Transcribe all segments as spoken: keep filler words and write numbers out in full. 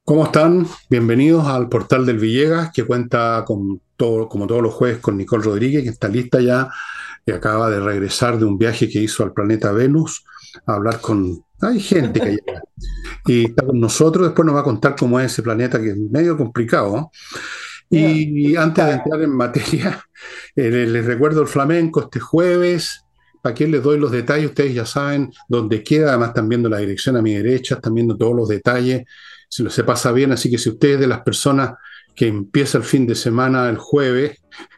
¿Cómo están? Bienvenidos al Portal del Villegas, que cuenta con todo, como todos los jueves, con Nicole Rodríguez, que está lista ya y acaba de regresar de un viaje que hizo al planeta Venus a hablar con... Hay gente que llega y está con nosotros. Después nos va a contar cómo es ese planeta, que es medio complicado, ¿no? Ya. Y antes de entrar en materia, eh, les les recuerdo el flamenco este jueves. ¿Para qué les doy los detalles? Ustedes ya saben dónde queda. Además, están viendo la dirección a mi derecha, están viendo todos los detalles. Se, lo- se pasa bien. Así que si usted es de las personas que empieza el fin de semana el jueves,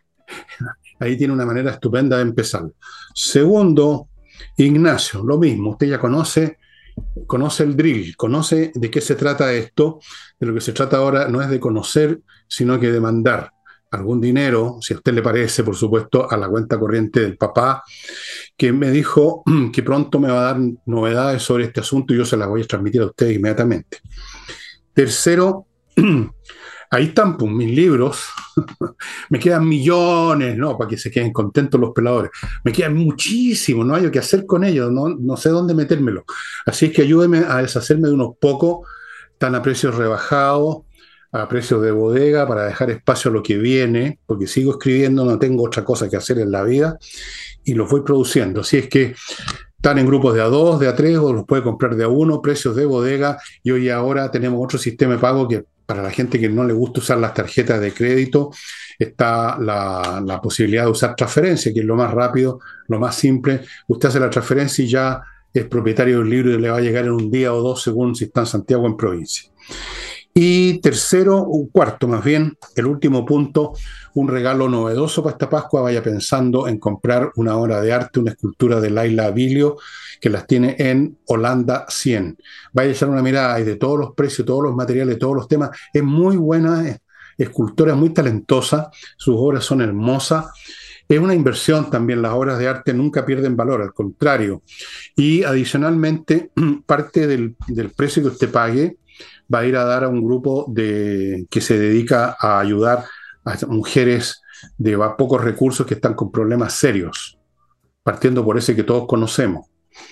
ahí tiene una manera estupenda de empezar. Segundo, Ignacio, lo mismo. Usted ya conoce conoce el drill, conoce de qué se trata esto. De lo que se trata ahora no es de conocer, sino que de mandar algún dinero, si a usted le parece, por supuesto, a la cuenta corriente del papá, que me dijo que pronto me va a dar novedades sobre este asunto y yo se las voy a transmitir a usted inmediatamente. Tercero, ahí están pues, mis libros. Me quedan millones, ¿no? Para que se queden contentos los peladores. Me quedan muchísimos, no hay qué hacer con ellos, no, no sé dónde metérmelo. Así es que ayúdeme a deshacerme de unos pocos, están a precios rebajados, a precios de bodega, para dejar espacio a lo que viene, porque sigo escribiendo, no tengo otra cosa que hacer en la vida, y los voy produciendo. Así es que están en grupos de a dos, de a tres, o los puede comprar de a uno, precios de bodega, y hoy ahora tenemos otro sistema de pago que para la gente que no le gusta usar las tarjetas de crédito, está la, la posibilidad de usar transferencia, que es lo más rápido, lo más simple. Usted hace la transferencia y ya es propietario del libro y le va a llegar en un día o dos según si está en Santiago o en provincia. Y tercero, un cuarto más bien, el último punto, un regalo novedoso para esta Pascua. Vaya pensando en comprar una obra de arte, una escultura de Laila Abilio, que las tiene en Holanda cien. Vaya a echar una mirada, hay de todos los precios, todos los materiales, todos los temas. Es muy buena, es escultora, es muy talentosa, sus obras son hermosas. Es una inversión también, las obras de arte nunca pierden valor, al contrario. Y adicionalmente, parte del, del precio que usted pague va a ir a dar a un grupo de, que se dedica a ayudar a mujeres de pocos recursos que están con problemas serios, partiendo por ese que todos conocemos.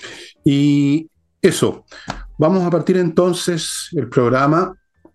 Y eso, vamos a partir entonces el programa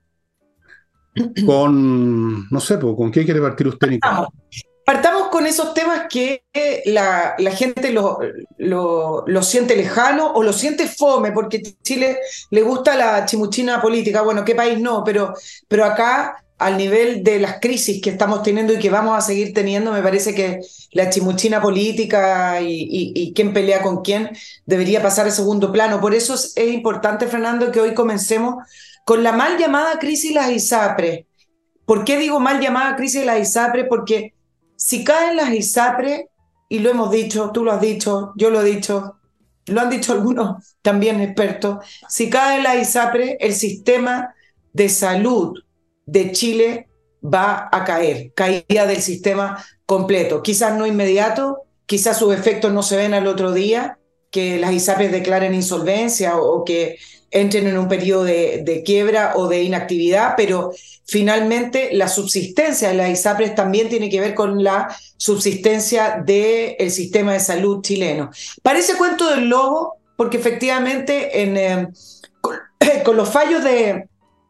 con, no sé, ¿con qué quiere partir usted, Nicole? Vamos. Partamos con esos temas que la, la gente lo, lo, lo siente lejano o lo siente fome, porque Chile le gusta la chimuchina política. Bueno, qué país no, pero, pero acá, al nivel de las crisis que estamos teniendo y que vamos a seguir teniendo, me parece que la chimuchina política y, y, y quién pelea con quién debería pasar a segundo plano. Por eso es, es importante, Fernando, que hoy comencemos con la mal llamada crisis de las ISAPRES. ¿Por qué digo mal llamada crisis de las ISAPRES? Porque si caen las ISAPRES, y lo hemos dicho, tú lo has dicho, yo lo he dicho, lo han dicho algunos también expertos, si caen las ISAPRES, el sistema de salud de Chile va a caer, caída del sistema completo. Quizás no inmediato, quizás sus efectos no se ven al otro día, que las ISAPRES declaren insolvencia o, o que entren en un periodo de, de quiebra o de inactividad, pero finalmente la subsistencia de las ISAPRES también tiene que ver con la subsistencia del sistema de salud chileno. Parece cuento del lobo, porque efectivamente en, eh, con, con, los fallos de,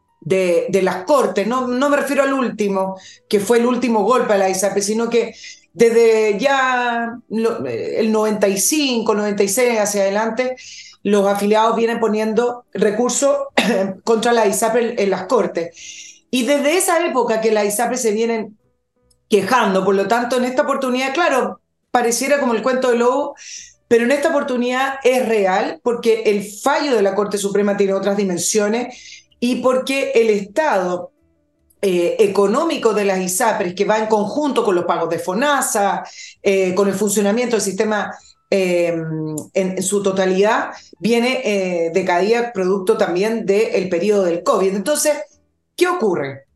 de, de las cortes, no, no me refiero al último, que fue el último golpe a la ISAPRE, sino que desde ya el noventa y cinco, noventa y seis hacia adelante, los afiliados vienen poniendo recursos contra la ISAPRE en las cortes. Y desde esa época que las ISAPRE se vienen quejando, por lo tanto, en esta oportunidad, claro, pareciera como el cuento del lobo, pero en esta oportunidad es real porque el fallo de la Corte Suprema tiene otras dimensiones y porque el Estado eh, económico de las ISAPRES, que va en conjunto con los pagos de FONASA, eh, con el funcionamiento del sistema eh, en, en, su totalidad, viene eh, de caída producto también del periodo del COVID. Entonces, ¿qué ocurre?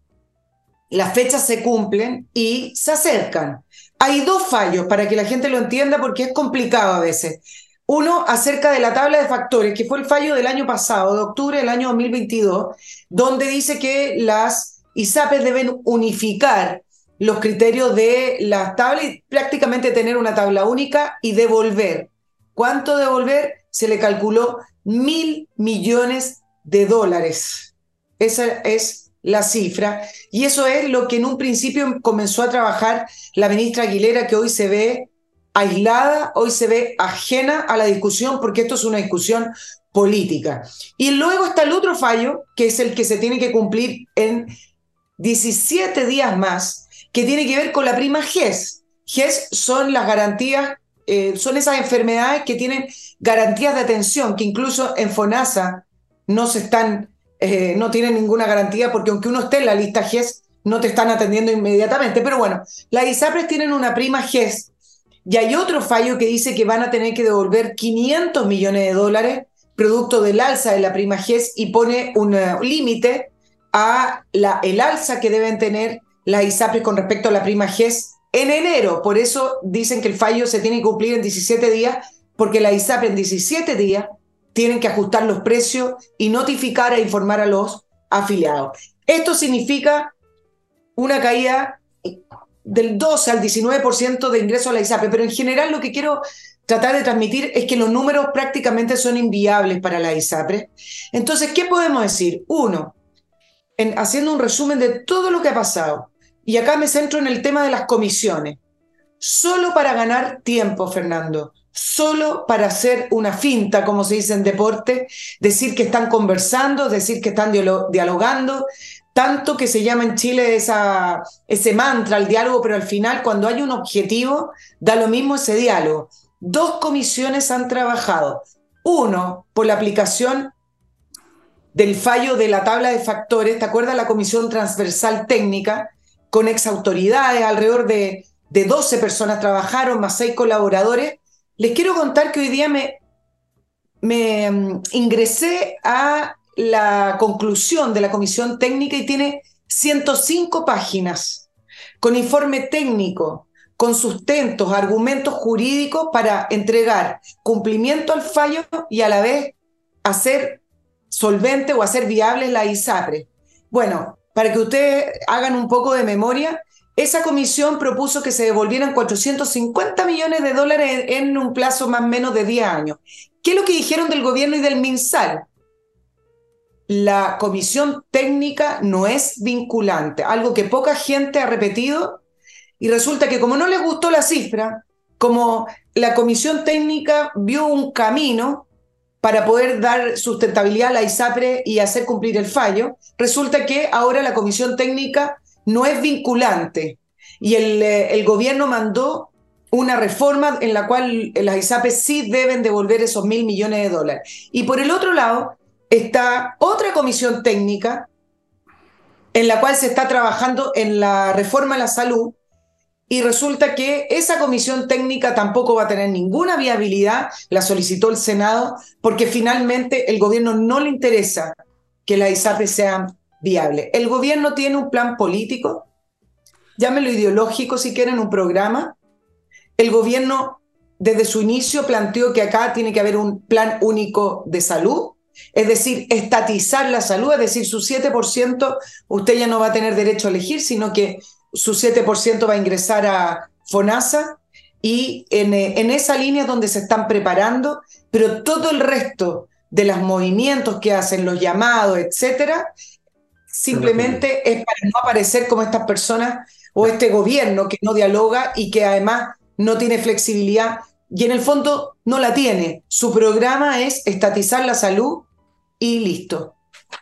Las fechas se cumplen y se acercan. Hay dos fallos para que la gente lo entienda porque es complicado a veces. Uno, acerca de la tabla de factores, que fue el fallo del año pasado, de octubre del año dos mil veintidós, donde dice que las ISAPRES deben unificar los criterios de las tablas y prácticamente tener una tabla única y devolver. ¿Cuánto devolver? Se le calculó mil millones de dólares. Esa es la cifra. Y eso es lo que en un principio comenzó a trabajar la ministra Aguilera, que hoy se ve aislada, hoy se ve ajena a la discusión, porque esto es una discusión política. Y luego está el otro fallo, que es el que se tiene que cumplir en diecisiete días más, que tiene que ver con la prima G E S. G E S son las garantías, eh, son esas enfermedades que tienen garantías de atención, que incluso en FONASA no se están, eh, no tienen ninguna garantía, porque aunque uno esté en la lista G E S, no te están atendiendo inmediatamente. Pero bueno, las ISAPRES tienen una prima G E S, y hay otro fallo que dice que van a tener que devolver quinientos millones de dólares producto del alza de la prima G E S, y pone un uh, límite a la, el alza que deben tener las ISAPRES con respecto a la prima G E S en enero. Por eso dicen que el fallo se tiene que cumplir en diecisiete días, porque las ISAPRES en diecisiete días tienen que ajustar los precios y notificar e informar a los afiliados. Esto significa una caída del doce al diecinueve por ciento de ingresos a la ISAPRE, pero en general lo que quiero tratar de transmitir es que los números prácticamente son inviables para la ISAPRE. Entonces, ¿qué podemos decir? Uno, en, haciendo un resumen de todo lo que ha pasado, y acá me centro en el tema de las comisiones, solo para ganar tiempo, Fernando, solo para hacer una finta, como se dice en deporte, decir que están conversando, decir que están dialogando, tanto que se llama en Chile esa, ese mantra, el diálogo, pero al final, cuando hay un objetivo, da lo mismo ese diálogo. Dos comisiones han trabajado. Uno, por la aplicación del fallo de la tabla de factores. ¿Te acuerdas? La Comisión Transversal Técnica, con exautoridades, alrededor de, de doce personas trabajaron, más seis colaboradores. Les quiero contar que hoy día me, me um, ingresé a la conclusión de la Comisión Técnica y tiene ciento cinco páginas, con informe técnico, con sustentos, argumentos jurídicos para entregar cumplimiento al fallo y a la vez hacer solvente o hacer viable la ISAPRE. Bueno, para que ustedes hagan un poco de memoria, esa comisión propuso que se devolvieran cuatrocientos cincuenta millones de dólares en un plazo más o menos de diez años. ¿Qué es lo que dijeron del gobierno y del MinSal? La comisión técnica no es vinculante, algo que poca gente ha repetido, y resulta que como no les gustó la cifra, como la comisión técnica vio un camino para poder dar sustentabilidad a la ISAPRE y hacer cumplir el fallo, resulta que ahora la comisión técnica no es vinculante, y el, el gobierno mandó una reforma en la cual las ISAPRES sí deben devolver esos mil millones de dólares. Y por el otro lado está otra comisión técnica en la cual se está trabajando en la reforma a la salud, y resulta que esa comisión técnica tampoco va a tener ninguna viabilidad. La solicitó el Senado porque finalmente el gobierno no le interesa que las ISAPRES sean viables. El gobierno tiene un plan político, llámenlo ideológico si quieren, un programa. El gobierno desde su inicio planteó que acá tiene que haber un plan único de salud, es decir, estatizar la salud, es decir, su siete por ciento usted ya no va a tener derecho a elegir, sino que su siete por ciento va a ingresar a FONASA, y en, en esa línea es donde se están preparando, pero todo el resto de los movimientos que hacen, los llamados, etcétera, simplemente es para no aparecer como estas personas o este gobierno que no dialoga y que además no tiene flexibilidad, y en el fondo no la tiene. Su programa es estatizar la salud y listo.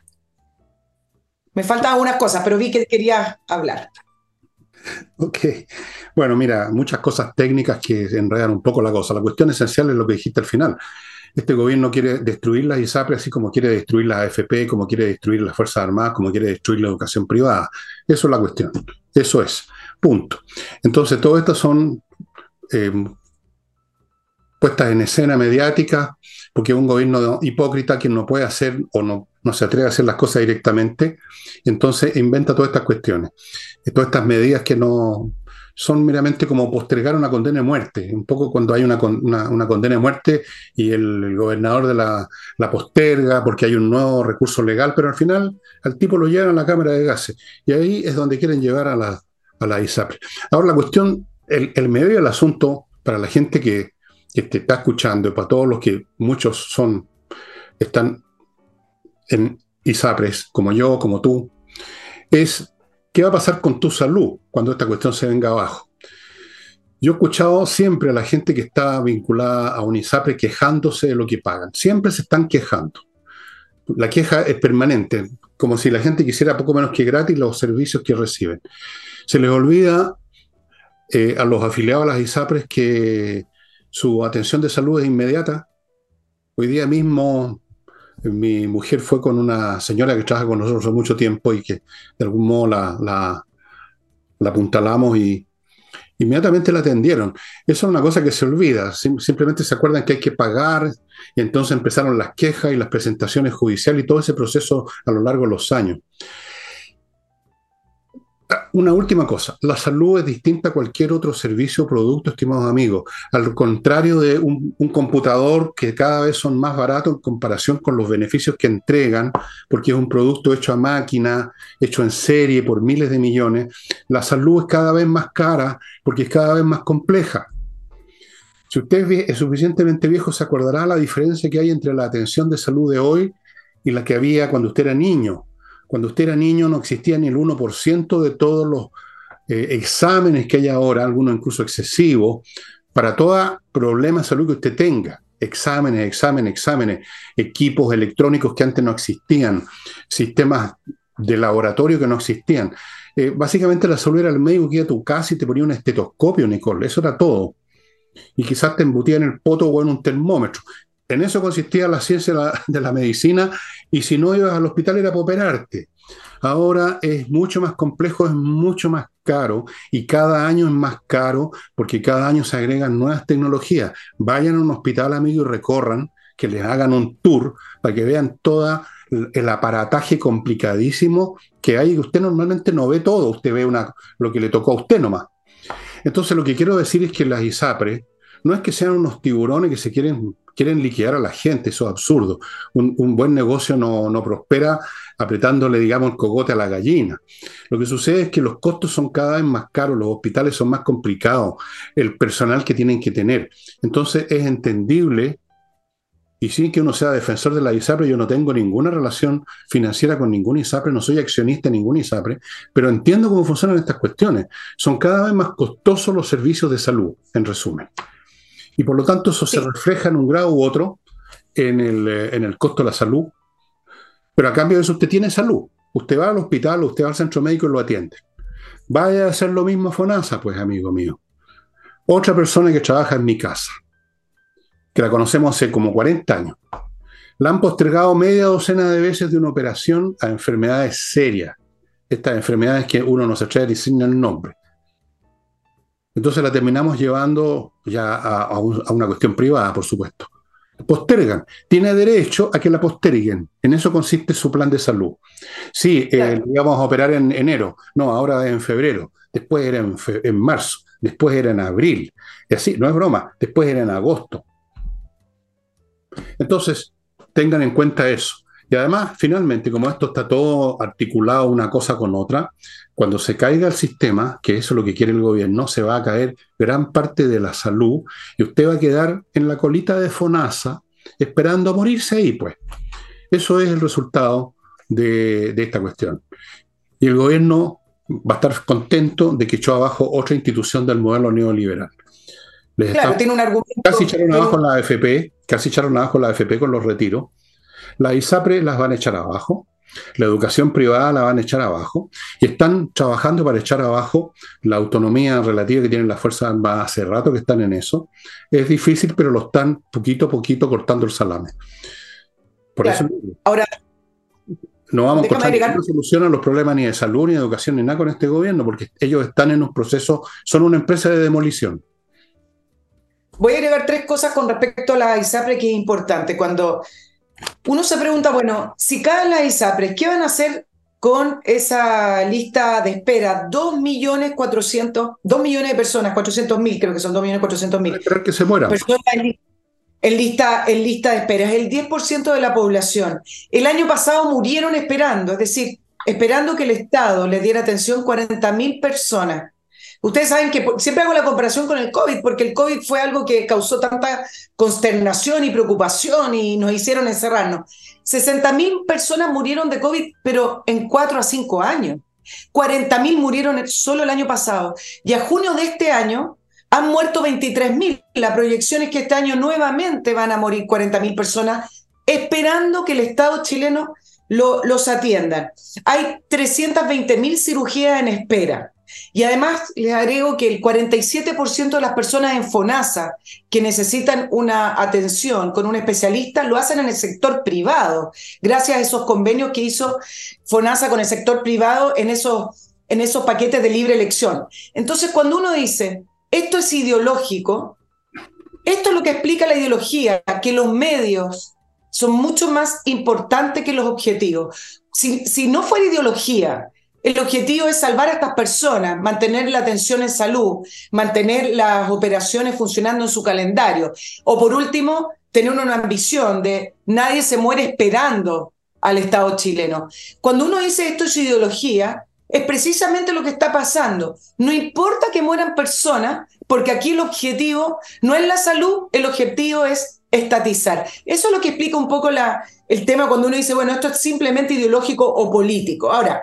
Me faltan algunas cosas, pero vi que querías hablar. Ok. Bueno, mira, muchas cosas técnicas que enredan un poco la cosa. La cuestión esencial es lo que dijiste al final. Este gobierno quiere destruir las ISAPRES así como quiere destruir las A F P, como quiere destruir las Fuerzas Armadas, como quiere destruir la educación privada. Eso es la cuestión. Eso es. Punto. Entonces, todas estas son eh, puestas en escena mediática, porque es un gobierno hipócrita que no puede hacer o no, no se atreve a hacer las cosas directamente. Entonces, inventa todas estas cuestiones. Todas estas medidas que no son meramente como postergar una condena de muerte, un poco cuando hay una, una, una condena de muerte y el, el gobernador de la, la posterga porque hay un nuevo recurso legal, pero al final al tipo lo llevan a la Cámara de Gases, y ahí es donde quieren llevar a la, a la ISAPRE. Ahora la cuestión, el, el medio del asunto para la gente que, que te está escuchando, y para todos los que muchos son, están en ISAPRES, como yo, como tú, es qué va a pasar con tu salud cuando esta cuestión se venga abajo. Yo he escuchado siempre a la gente que está vinculada a un ISAPRE quejándose de lo que pagan. Siempre se están quejando. La queja es permanente, como si la gente quisiera poco menos que gratis los servicios que reciben. Se les olvida eh, a los afiliados a las ISAPRES que su atención de salud es inmediata. Hoy día mismo mi mujer fue con una señora que trabaja con nosotros hace mucho tiempo y que de algún modo la, la, la apuntalamos y inmediatamente la atendieron. Eso es una cosa que se olvida. Sim- simplemente se acuerdan que hay que pagar y entonces empezaron las quejas y las presentaciones judiciales y todo ese proceso a lo largo de los años. Una última cosa, la salud es distinta a cualquier otro servicio o producto, estimados amigos. Al contrario de un, un computador que cada vez son más baratos en comparación con los beneficios que entregan, porque es un producto hecho a máquina, hecho en serie por miles de millones, la salud es cada vez más cara porque es cada vez más compleja. Si usted es vie- es suficientemente viejo, se acordará la diferencia que hay entre la atención de salud de hoy y la que había cuando usted era niño. Cuando usted era niño no existía ni el uno por ciento de todos los eh, exámenes que hay ahora, algunos incluso excesivos, para todo problema de salud que usted tenga. Exámenes, exámenes, exámenes, equipos electrónicos que antes no existían, sistemas de laboratorio que no existían. Eh, básicamente la salud era el médico que iba a tu casa y te ponía un estetoscopio, Nicole, eso era todo. Y quizás te embutía en el poto o en un termómetro. En eso consistía la ciencia de la, de la medicina, y si no ibas al hospital era para operarte. Ahora es mucho más complejo, es mucho más caro y cada año es más caro porque cada año se agregan nuevas tecnologías. Vayan a un hospital, amigo, y recorran, que les hagan un tour para que vean todo el aparataje complicadísimo que hay. Usted normalmente no ve todo, usted ve una, lo que le tocó a usted nomás. Entonces lo que quiero decir es que las ISAPRES no es que sean unos tiburones que se quieren, quieren liquidar a la gente, eso es absurdo. Un, un buen negocio no, no prospera apretándole, digamos, el cogote a la gallina. Lo que sucede es que los costos son cada vez más caros, los hospitales son más complicados, el personal que tienen que tener. Entonces es entendible, y sin que uno sea defensor de la ISAPRE, yo no tengo ninguna relación financiera con ningún ISAPRE, no soy accionista en ningún ISAPRE, pero entiendo cómo funcionan estas cuestiones. Son cada vez más costosos los servicios de salud, en resumen. Y por lo tanto eso se Sí. refleja en un grado u otro en el, eh, en el costo de la salud, pero a cambio de eso usted tiene salud. Usted va al hospital, usted va al centro médico y lo atiende. Vaya a hacer lo mismo a FONASA, pues, amigo mío. Otra persona que trabaja en mi casa, que la conocemos hace como cuarenta años. La han postergado media docena de veces de una operación a enfermedades serias. Estas enfermedades que uno no se atreve a decir el nombre. Entonces la terminamos llevando ya a, a, un, a una cuestión privada, por supuesto. Postergan. Tiene derecho a que la posterguen. En eso consiste su plan de salud. Sí, eh, Claro. íbamos a operar en enero. No, ahora es en febrero. Después era en, fe, en marzo. Después era en abril. Y así, no es broma. Después era en agosto. Entonces, tengan en cuenta eso. Y además, finalmente, como esto está todo articulado una cosa con otra, cuando se caiga el sistema, que eso es lo que quiere el gobierno, se va a caer gran parte de la salud y usted va a quedar en la colita de FONASA esperando a morirse ahí, pues. Eso es el resultado de, de esta cuestión. Y el gobierno va a estar contento de que echó abajo otra institución del modelo neoliberal. Les Claro, está, tiene un casi argumento, echaron tiene abajo un- la A F P, casi echaron abajo la A F P con los retiros. Las ISAPRE las van a echar abajo, la educación privada la van a echar abajo, y están trabajando para echar abajo la autonomía relativa que tienen las Fuerzas Armadas hace rato que están en eso. Es difícil, pero lo están poquito a poquito cortando el salame. Por eso claro. Ahora, no vamos a déjame encontrar agregar, ninguna solución a los problemas ni de salud, ni de educación, ni nada con este gobierno, porque ellos están en un proceso, son una empresa de demolición. voy a agregar tres cosas con respecto a la ISAPRE que es importante. Cuando uno se pregunta, bueno, si caen las ISAPRES, ¿qué van a hacer con esa lista de espera? Dos millones cuatrocientos, dos millones de personas, cuatrocientos mil, creo que son dos millones cuatrocientos Van a mil esperar que se mueran. personas en, li- en lista, en lista de espera. Es el diez por ciento de la población. El año pasado murieron esperando, es decir, esperando que el Estado les diera atención cuarenta mil personas. Ustedes saben que siempre hago la comparación con el COVID, porque el COVID fue algo que causó tanta consternación y preocupación y nos hicieron encerrarnos. sesenta mil personas murieron de COVID, pero en cuatro a cinco años. cuarenta mil murieron solo el año pasado. Y a junio de este año han muerto veintitrés mil. La proyección es que este año nuevamente van a morir cuarenta mil personas, esperando que el Estado chileno lo, los atienda. Hay trescientas veinte mil cirugías en espera. Y además les agrego que el cuarenta y siete por ciento de las personas en FONASA que necesitan una atención con un especialista lo hacen en el sector privado, gracias a esos convenios que hizo FONASA con el sector privado en esos, en esos paquetes de libre elección. Entonces, cuando uno dice, esto es ideológico, esto es lo que explica la ideología, que los medios son mucho más importantes que los objetivos. Si, si no fuera ideología, el objetivo es salvar a estas personas, mantener la atención en salud, mantener las operaciones funcionando en su calendario. O por último, tener una ambición de nadie se muere esperando al Estado chileno. Cuando uno dice esto es ideología, es precisamente lo que está pasando. No importa que mueran personas, porque aquí el objetivo no es la salud, el objetivo es estatizar. Eso es lo que explica un poco la, el tema cuando uno dice, bueno, esto es simplemente ideológico o político. Ahora,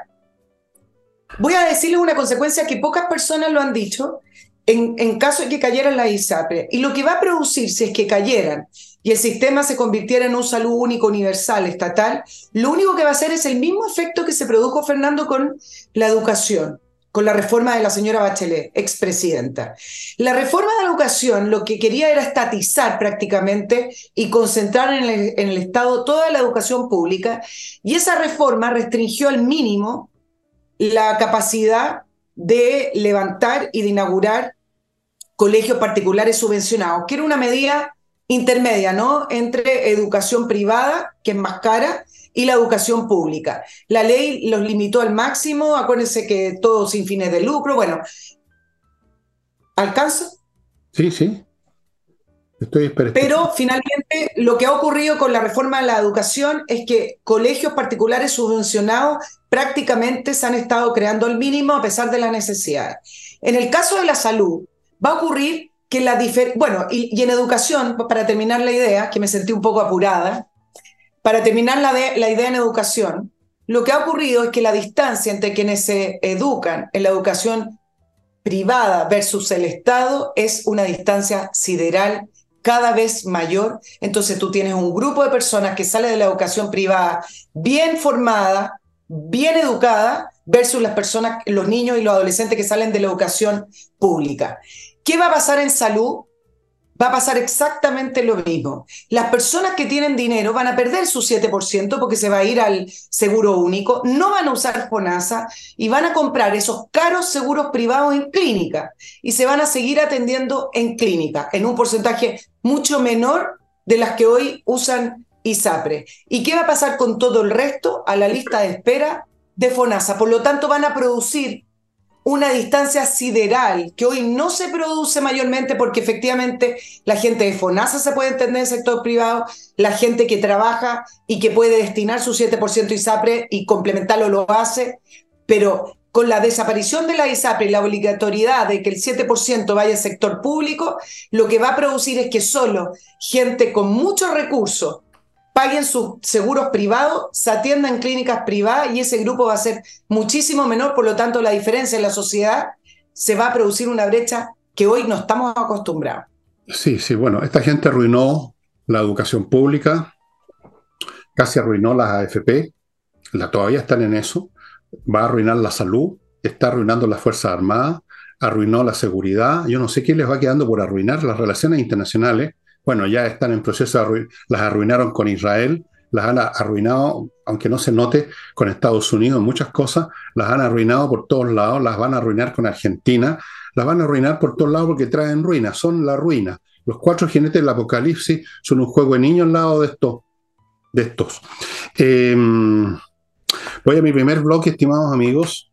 voy a decirles una consecuencia que pocas personas lo han dicho en, en caso de que cayeran las ISAPRES. Y lo que va a producirse es que cayeran y el sistema se convirtiera en un salud único, universal, estatal. Lo único que va a hacer es el mismo efecto que se produjo, Fernando, con la educación, con la reforma de la señora Bachelet, expresidenta. La reforma de la educación lo que quería era estatizar prácticamente y concentrar en el, en el Estado toda la educación pública, y esa reforma restringió al mínimo la capacidad de levantar y de inaugurar colegios particulares subvencionados, que era una medida intermedia, ¿no?, entre educación privada, que es más cara, y la educación pública. La ley los limitó al máximo, acuérdense que todo sin fines de lucro. Bueno, ¿alcanza? Sí, sí. Estoy esperando. Pero finalmente lo que ha ocurrido con la reforma de la educación es que colegios particulares subvencionados prácticamente se han estado creando al mínimo a pesar de las necesidades. En el caso de la salud, va a ocurrir que la diferencia, bueno, y, y en educación, para terminar la idea, que me sentí un poco apurada, para terminar la, de, la idea en educación, lo que ha ocurrido es que la distancia entre quienes se educan en la educación privada versus el Estado es una distancia sideral, cada vez mayor. Entonces tú tienes un grupo de personas que sale de la educación privada bien formada, bien educada, versus las personas, los niños y los adolescentes que salen de la educación pública. ¿Qué va a pasar en salud? Va a pasar exactamente lo mismo. Las personas que tienen dinero van a perder su siete por ciento porque se va a ir al seguro único, no van a usar FONASA y van a comprar esos caros seguros privados en clínica y se van a seguir atendiendo en clínica, en un porcentaje mucho menor de las que hoy usan ISAPRE. ¿Y qué va a pasar con todo el resto? A la lista de espera de FONASA. Por lo tanto, van a producir una distancia sideral que hoy no se produce mayormente porque efectivamente la gente de FONASA se puede entender en el sector privado, la gente que trabaja y que puede destinar su siete por ciento ISAPRE y complementarlo lo hace, pero con la desaparición de la ISAPRE y la obligatoriedad de que el siete por ciento vaya al sector público, lo que va a producir es que solo gente con muchos recursos paguen sus seguros privados, se atiendan en clínicas privadas y ese grupo va a ser muchísimo menor, por lo tanto la diferencia en la sociedad se va a producir una brecha que hoy no estamos acostumbrados. Sí, sí, bueno, esta gente arruinó la educación pública, casi arruinó las A F P, la, todavía están en eso, va a arruinar la salud, está arruinando las Fuerzas Armadas, arruinó la seguridad, yo no sé qué les va quedando por arruinar las relaciones internacionales. Bueno, ya están en proceso de arruinar, las arruinaron con Israel, las han arruinado, aunque no se note, con Estados Unidos, muchas cosas, las han arruinado por todos lados, las van a arruinar con Argentina, las van a arruinar por todos lados porque traen ruina, son la ruina. Los cuatro jinetes del apocalipsis son un juego de niños al lado de estos. De estos. Eh, voy a mi primer bloque, estimados amigos.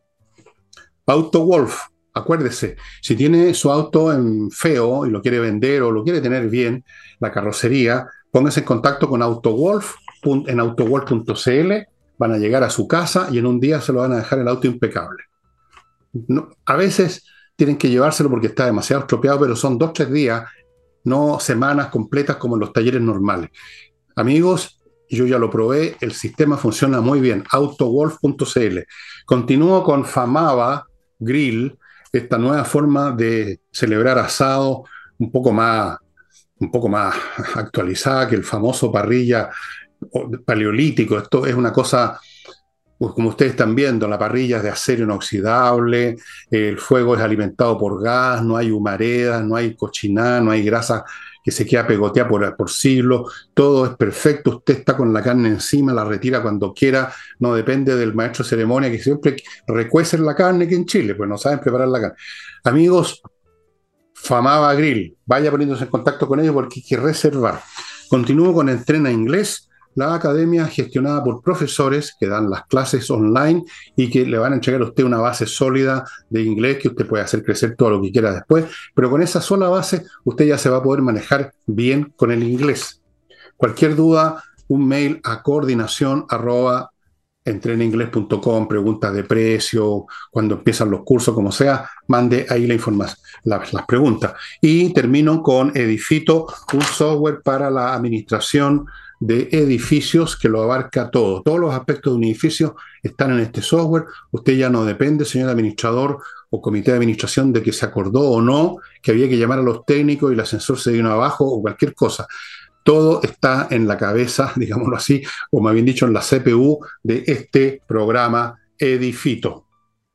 AutoWolf. Acuérdese, si tiene su auto en feo y lo quiere vender o lo quiere tener bien, la carrocería, póngase en contacto con AutoWolf en autowolf punto c l, van a llegar a su casa y en un día se lo van a dejar el auto impecable. No, a veces tienen que llevárselo porque está demasiado estropeado, pero son dos, tres días, no semanas completas como en los talleres normales. Amigos, yo ya lo probé, el sistema funciona muy bien, autowolf punto c l. Continúo con Famaba Grill, esta nueva forma de celebrar asado un poco más, un poco más actualizada que el famoso parrilla paleolítico. Esto es una cosa, pues como ustedes están viendo, la parrilla es de acero inoxidable, el fuego es alimentado por gas, no hay humaredas, no hay cochinada, no hay grasa que se queda pegoteada por, por siglos, todo es perfecto, usted está con la carne encima, la retira cuando quiera, no depende del maestro de ceremonia que siempre recuece la carne, que en Chile, pues no saben preparar la carne. Amigos, Famaba Grill, vaya poniéndose en contacto con ellos porque hay que reservar. Continúo con Entrena Inglés, la academia gestionada por profesores que dan las clases online y que le van a entregar a usted una base sólida de inglés que usted puede hacer crecer todo lo que quiera después, pero con esa sola base usted ya se va a poder manejar bien con el inglés. Cualquier duda, un mail a coordinación arroba entreninglés punto com, preguntas de precio, cuando empiezan los cursos, como sea, mande ahí la información, las, las preguntas. Y termino con Edifito, un software para la administración de edificios que lo abarca todo. Todos los aspectos de un edificio están en este software. Usted ya no depende, señor administrador o comité de administración, de que se acordó o no que había que llamar a los técnicos y el ascensor se vino abajo o cualquier cosa. Todo está en la cabeza, digámoslo así, o más bien dicho, en la C P U de este programa Edifito.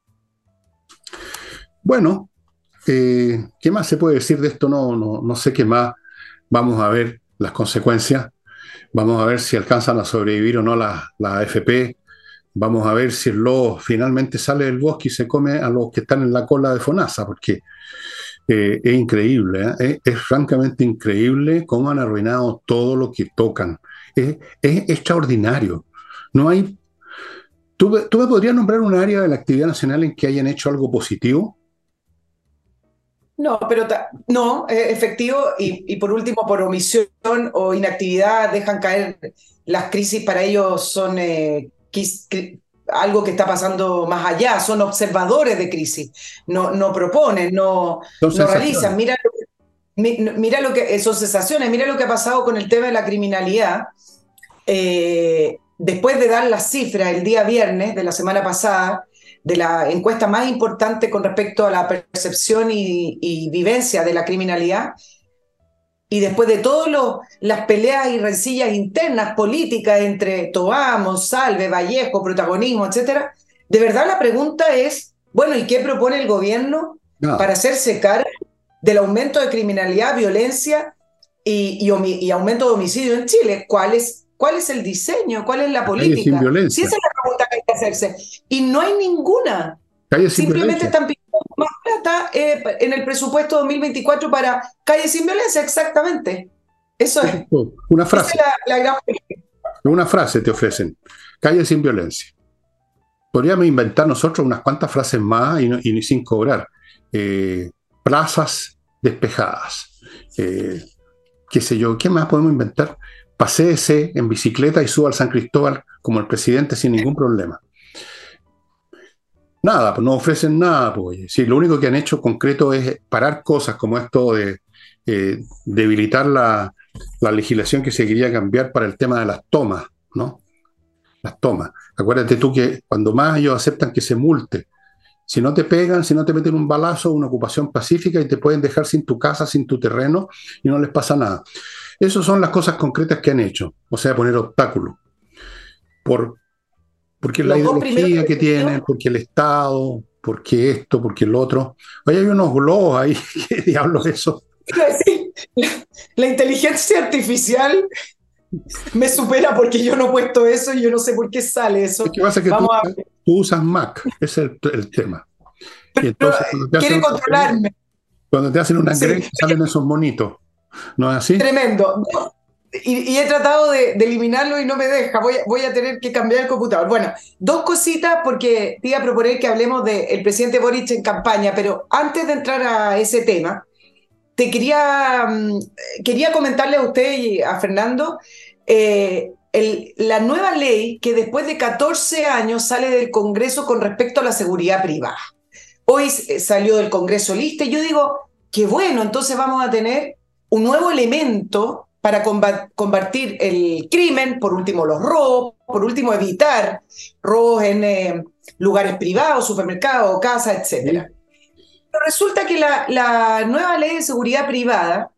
Bueno, eh, ¿qué más se puede decir de esto? No, no, no sé qué más. Vamos a ver las consecuencias. Vamos a ver si alcanzan a sobrevivir o no las la A F P. Vamos a ver si el lobo finalmente sale del bosque y se come a los que están en la cola de FONASA, porque Eh, es increíble, ¿eh? es, es francamente increíble cómo han arruinado todo lo que tocan. Es, es extraordinario. No hay. ¿Tú, ¿Tú me podrías nombrar un área de la actividad nacional en que hayan hecho algo positivo? No, pero ta- no, eh, efectivo, y, y por último, por omisión o inactividad, dejan caer las crisis. Para ellos son eh, quis- cri- algo que está pasando más allá, son observadores de crisis, no, no proponen, no, Son no sensaciones. realizan. Mira, mi- mira lo que, eh, son sensaciones, mira lo que ha pasado con el tema de la criminalidad. Eh, después de dar las cifras el día viernes de la semana pasada, de la encuesta más importante con respecto a la percepción y, y vivencia de la criminalidad, y después de todas las peleas y rencillas internas políticas entre Tobá, Monsalve, Vallejo, protagonismo, etcétera, de verdad la pregunta es, bueno, ¿y qué propone el gobierno para Nada. hacerse cargo del aumento de criminalidad, violencia y, y, homi- y aumento de homicidio en Chile? ¿Cuál es, cuál es el diseño? ¿Cuál es la Calle sin política? Si violencia. esa es la pregunta que hay que hacerse. Y no hay ninguna. Calle sin Simplemente violencia. están pidiendo más plata eh, en el presupuesto dos mil veinticuatro para Calle sin Violencia, exactamente. Eso es. Eso es todo. Una Esa es frase. la, la gran. Una frase te ofrecen. Calle sin violencia. Podríamos inventar nosotros unas cuantas frases más y, no- y sin cobrar. Eh, plazas despejadas. Eh, qué sé yo, ¿qué más podemos inventar? Paséese en bicicleta y suba al San Cristóbal como el presidente sin ningún problema. Nada, pues no ofrecen nada, pues. Sí, lo único que han hecho concreto es parar cosas como esto de eh, debilitar la, la legislación que se quería cambiar para el tema de las tomas, ¿no? Las tomas. Acuérdate tú que cuando más ellos aceptan que se multe, si no te pegan, si no te meten un balazo, una ocupación pacífica y te pueden dejar sin tu casa, sin tu terreno y no les pasa nada. Esas son las cosas concretas que han hecho, o sea, poner obstáculos. Por, porque la Los dos primeros ideología que tienen, ejercicios, porque el Estado, porque esto, porque el otro. Oye, hay unos globos ahí, ¿qué diablos es eso? quiero decir, la, la inteligencia artificial me supera porque yo no he puesto eso y yo no sé por qué sale Es eso. que pasa que tú, Vamos a tú usas Mac, ese es el, el tema. Y pero entonces cuando te hacen quiere un upgrade, controlarme. cuando te hacen un upgrade, Sí, salen esos monitos. ¿No es así? tremendo. Y, y he tratado de, de eliminarlo y no me deja. Voy, voy a tener que cambiar el computador. Bueno, dos cositas porque te iba a proponer que hablemos del presidente Boric en campaña, pero antes de entrar a ese tema, te quería, mm, quería comentarle a usted y a Fernando eh, el- la nueva ley que después de catorce años sale del Congreso con respecto a la seguridad privada. hoy salió del Congreso lista, y yo digo, qué bueno, entonces vamos a tener un nuevo elemento para combatir el crimen, por último los robos, por último evitar robos en eh, lugares privados, supermercados, casas, etcétera. Pero resulta que la, la nueva ley de seguridad privada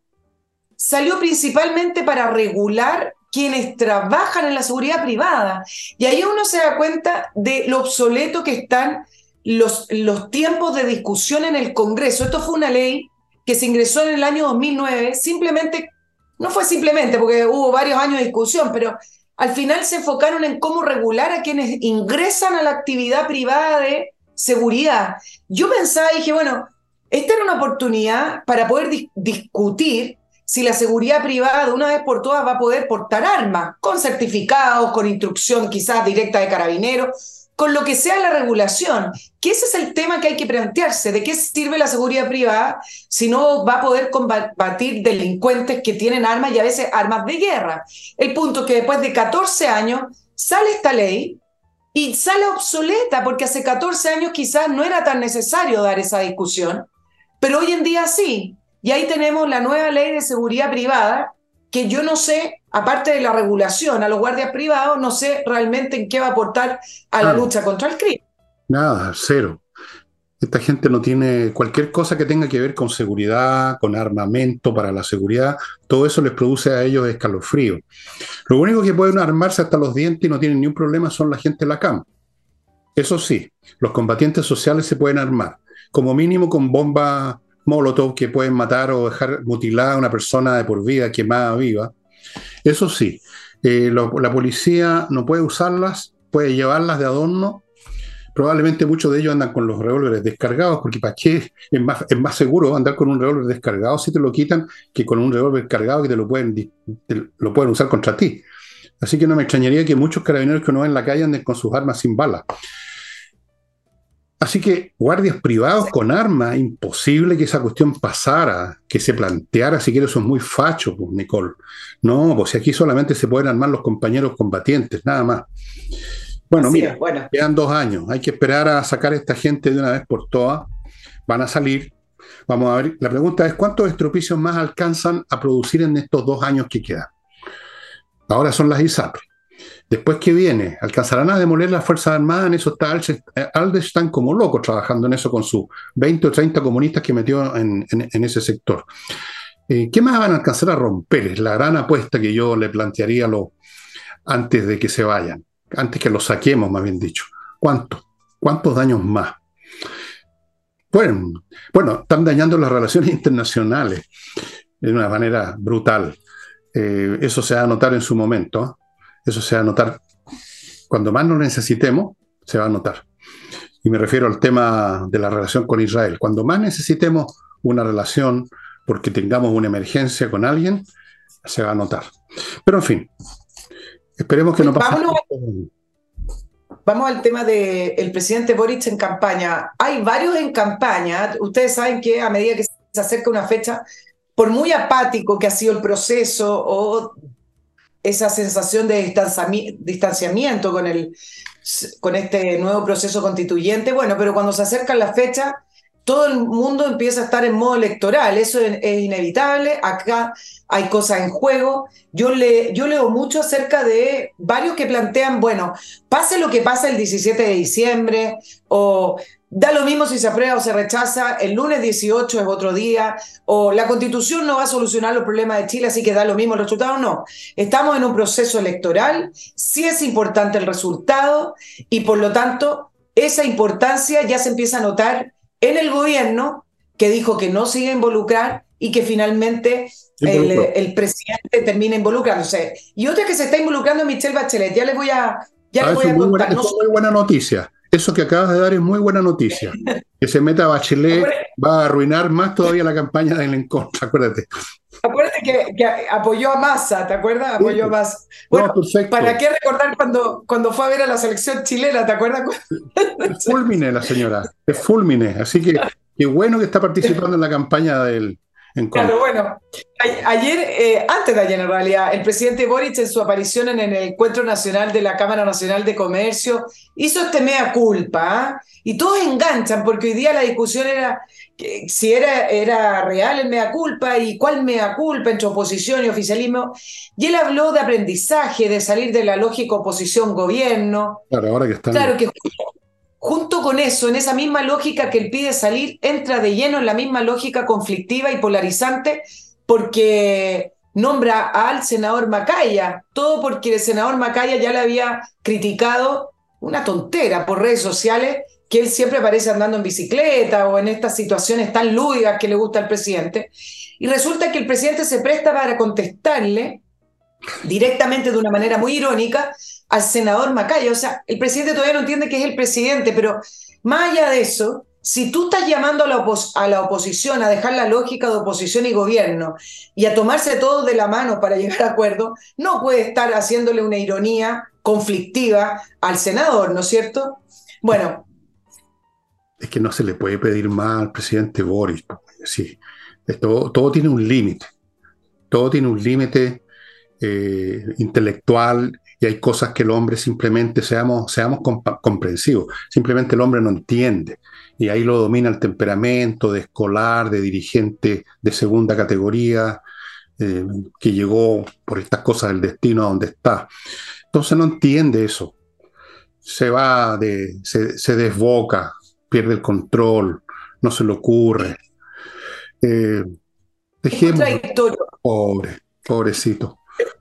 salió principalmente para regular quienes trabajan en la seguridad privada. Y ahí uno se da cuenta de lo obsoleto que están los, los tiempos de discusión en el Congreso. Esto fue una ley que se ingresó en el año dos mil nueve, simplemente, no fue simplemente porque hubo varios años de discusión, pero al final se enfocaron en cómo regular a quienes ingresan a la actividad privada de seguridad. Yo pensaba y dije, bueno, esta era una oportunidad para poder dis- discutir si la seguridad privada de una vez por todas va a poder portar armas, con certificados, con instrucción quizás directa de carabineros, con lo que sea la regulación, que ese es el tema que hay que plantearse. ¿De qué sirve la seguridad privada si no va a poder combatir delincuentes que tienen armas y a veces armas de guerra? El punto es que después de catorce años sale esta ley y sale obsoleta, porque hace catorce años quizás no era tan necesario dar esa discusión, pero hoy en día sí. Y ahí tenemos la nueva ley de seguridad privada, que yo no sé, aparte de la regulación a los guardias privados, no sé realmente en qué va a aportar a la Ah, lucha contra el crimen. nada, cero. Esta gente no tiene cualquier cosa que tenga que ver con seguridad, con armamento para la seguridad, todo eso les produce a ellos escalofrío. Lo único que pueden armarse hasta los dientes y no tienen ni un problema son la gente de la cama. Eso sí, los combatientes sociales se pueden armar, como mínimo con bombas Molotov que pueden matar o dejar mutilada a una persona de por vida, quemada viva. Eso sí, eh, lo, la policía no puede usarlas, puede llevarlas de adorno. Probablemente muchos de ellos andan con los revólveres descargados, porque ¿para qué? Es más, es más seguro andar con un revólver descargado si te lo quitan que con un revólver cargado que te lo pueden, te lo pueden usar contra ti. Así que no me extrañaría que muchos carabineros que uno ve en la calle anden con sus armas sin balas. Así que guardias privados con armas, imposible que esa cuestión pasara, que se planteara, si quieres, eso es muy facho, pues, Nicole. No, pues si aquí solamente se pueden armar los compañeros combatientes, nada más. Bueno, Así mira, es, bueno. quedan dos años, hay que esperar a sacar a esta gente de una vez por todas, van a salir, vamos a ver, la pregunta es, ¿cuántos estropicios más alcanzan a producir en estos dos años que quedan? Ahora son las ISAPRE. Después, ¿qué viene? ¿Alcanzarán a demoler las Fuerzas Armadas? En eso está Aldestein como loco trabajando en eso con sus veinte o treinta comunistas que metió en, en, en ese sector. Eh, ¿Qué más van a alcanzar a romper? Es la gran apuesta que yo le plantearía a los, antes de que se vayan, antes que los saquemos, más bien dicho. ¿Cuántos? ¿Cuántos daños más? Bueno, bueno, están dañando las relaciones internacionales de una manera brutal. Eh, eso se va a notar en su momento, ¿eh? Eso se va a notar cuando más lo necesitemos, se va a notar. Y me refiero al tema de la relación con Israel. Cuando más necesitemos una relación porque tengamos una emergencia con alguien, se va a notar. Pero en fin, esperemos que no pase. Vámonos, vamos al tema del presidente Boric en campaña. Hay varios en campaña. Ustedes saben que a medida que se acerca una fecha, por muy apático que ha sido el proceso o esa sensación de distanciamiento con, el, con este nuevo proceso constituyente, bueno, pero cuando se acercan las fechas, todo el mundo empieza a estar en modo electoral, eso es, es inevitable, acá hay cosas en juego. Yo, le, yo leo mucho acerca de varios que plantean, bueno, pase lo que pase el diecisiete de diciembre, o da lo mismo si se aprueba o se rechaza, el lunes dieciocho es otro día, o la Constitución no va a solucionar los problemas de Chile, así que da lo mismo el resultado. No, estamos en un proceso electoral, sí es importante el resultado, y por lo tanto, esa importancia ya se empieza a notar en el gobierno, que dijo que no se iba a involucrar y que finalmente el, el presidente termina involucrándose. Y otra que se está involucrando es Michelle Bachelet. Ya les voy a, ya ah, les voy a contar. Buena, no, eso es muy buena noticia. Eso que acabas de dar es muy buena noticia. Que se meta Bachelet va a arruinar más todavía la campaña del en contra, acuérdate. Acuérdate que, que apoyó a Massa, ¿te acuerdas? Apoyó sí. a Massa. Bueno, no, ¿para qué recordar cuando, cuando fue a ver a la selección chilena? ¿Te acuerdas? Es fulmine la señora, es fulmine. Así que qué bueno que está participando en la campaña del, en contra. Claro, bueno, a- ayer, eh, antes de ayer en realidad, el presidente Boric en su aparición en el Encuentro Nacional de la Cámara Nacional de Comercio hizo este mea culpa, ¿ah? Y todos enganchan porque hoy día la discusión era que si era, era real el mea culpa y cuál mea culpa entre oposición y oficialismo. Y él habló de aprendizaje, de salir de la lógica oposición-gobierno. Claro, ahora que están. Claro que junto con eso, en esa misma lógica que él pide salir, entra de lleno en la misma lógica conflictiva y polarizante porque nombra al senador Macaya, todo porque el senador Macaya ya le había criticado una tontera por redes sociales, que él siempre aparece andando en bicicleta o en estas situaciones tan lúdicas que le gusta al presidente. Y resulta que el presidente se presta para contestarle directamente de una manera muy irónica al senador Macaya. O sea, el presidente todavía no entiende que es el presidente, pero más allá de eso, si tú estás llamando a la, opos a la oposición a dejar la lógica de oposición y gobierno y a tomarse todos de la mano para llegar a acuerdos, no puede estar haciéndole una ironía conflictiva al senador, ¿no es cierto? Bueno. Es que no se le puede pedir más al presidente Boris. Sí, todo, todo tiene un límite. Todo tiene un límite eh, intelectual y hay cosas que el hombre simplemente, seamos, seamos comprensivos, simplemente el hombre no entiende. Y ahí lo domina el temperamento de escolar, de dirigente de segunda categoría, eh, que llegó por estas cosas del destino a donde está. Entonces no entiende eso. Se va, de, se, se desboca, pierde el control, no se le ocurre. Eh, Es Dejémoslo. contradictorio. Pobre, pobrecito.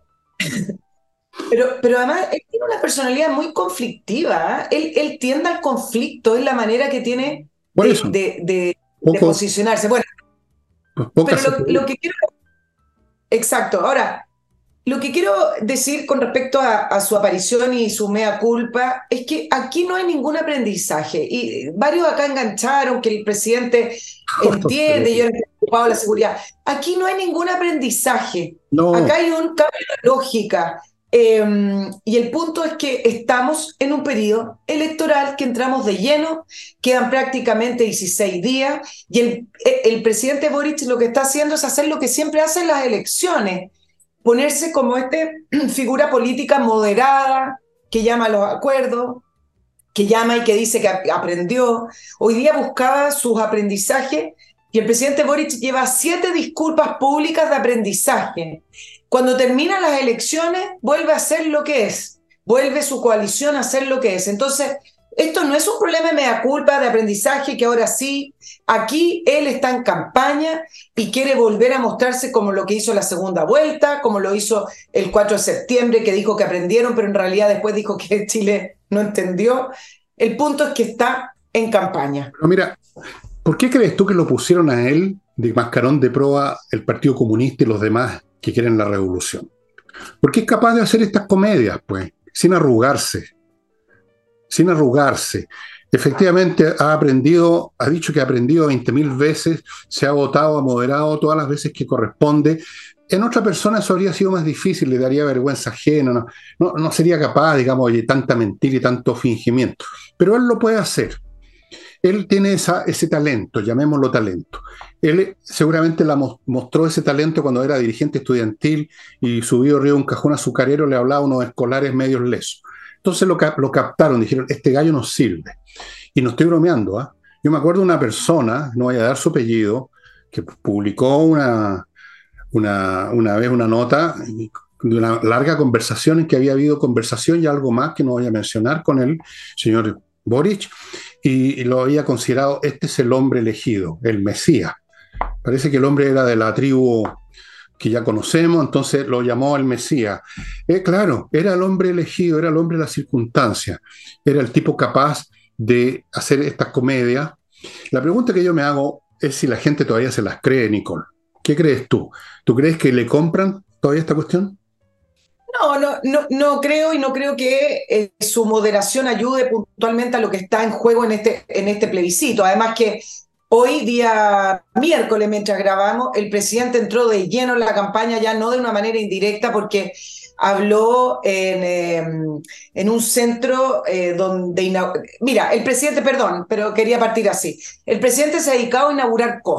Pero, pero además él tiene una personalidad muy conflictiva, ¿eh? Él, él tiende al conflicto, es la manera que tiene Por de, eso, de, de, de poco, posicionarse. Bueno, pues pocas pero se lo, puede. lo que quiero, exacto, ahora, lo que quiero decir con respecto a, a su aparición y su mea culpa es que aquí no hay ningún aprendizaje. Y varios acá engancharon que el presidente entiende, yo estoy preocupado de la seguridad. Aquí no hay ningún aprendizaje. No, Acá hay un cambio de lógica. Eh, y el punto es que estamos en un periodo electoral que entramos de lleno, quedan prácticamente dieciséis días y el, el presidente Boric lo que está haciendo es hacer lo que siempre hace en las elecciones, ponerse como este figura política moderada, que llama a los acuerdos, que llama y que dice que aprendió. Hoy día buscaba sus aprendizajes y el presidente Boric lleva siete disculpas públicas de aprendizaje. Cuando terminan las elecciones, vuelve a ser lo que es, vuelve su coalición a ser lo que es. Entonces, esto no es un problema de mea culpa, de aprendizaje, que ahora sí, aquí él está en campaña y quiere volver a mostrarse como lo que hizo la segunda vuelta, como lo hizo el cuatro de septiembre, que dijo que aprendieron, pero en realidad después dijo que Chile no entendió. El punto es que está en campaña. pero mira, ¿por qué crees tú que lo pusieron a él de mascarón de proa el Partido Comunista y los demás que quieren la revolución? Porque es capaz de hacer estas comedias, pues, sin arrugarse, sin arrugarse. Efectivamente ha aprendido, ha dicho que ha aprendido veinte mil veces, se ha votado, ha moderado todas las veces que corresponde. En otra persona eso habría sido más difícil, le daría vergüenza ajena, no, no, no sería capaz, digamos, de tanta mentira y tanto fingimiento. Pero él lo puede hacer. Él tiene esa, ese talento, llamémoslo talento. Él seguramente la mostró ese talento cuando era dirigente estudiantil y subió arriba de un cajón azucarero, le hablaba a unos escolares medios lesos. Entonces lo, lo captaron, dijeron, este gallo nos sirve. Y no estoy bromeando, ¿eh? Yo me acuerdo de una persona, no voy a dar su apellido, que publicó una, una, una vez una nota de una larga conversación en que había habido conversación y algo más que no voy a mencionar con el señor Boric, y, y lo había considerado, este es el hombre elegido, el Mesías. Parece que el hombre era de la tribu que ya conocemos, entonces lo llamó el Mesías. Eh, claro, era el hombre elegido, era el hombre de las circunstancias, era el tipo capaz de hacer estas comedias. La pregunta que yo me hago es si la gente todavía se las cree, Nicole. ¿Qué crees tú? ¿Tú crees que le compran todavía esta cuestión? No, no, no, no creo y no creo que eh, su moderación ayude puntualmente a lo que está en juego en este, en este plebiscito. Además que hoy, día miércoles, mientras grabamos, el presidente entró de lleno en la campaña, ya no de una manera indirecta, porque habló en, eh, en un centro eh, donde... Mira, el presidente, perdón, pero quería partir así. El presidente se ha dedicado a inaugurar cosas.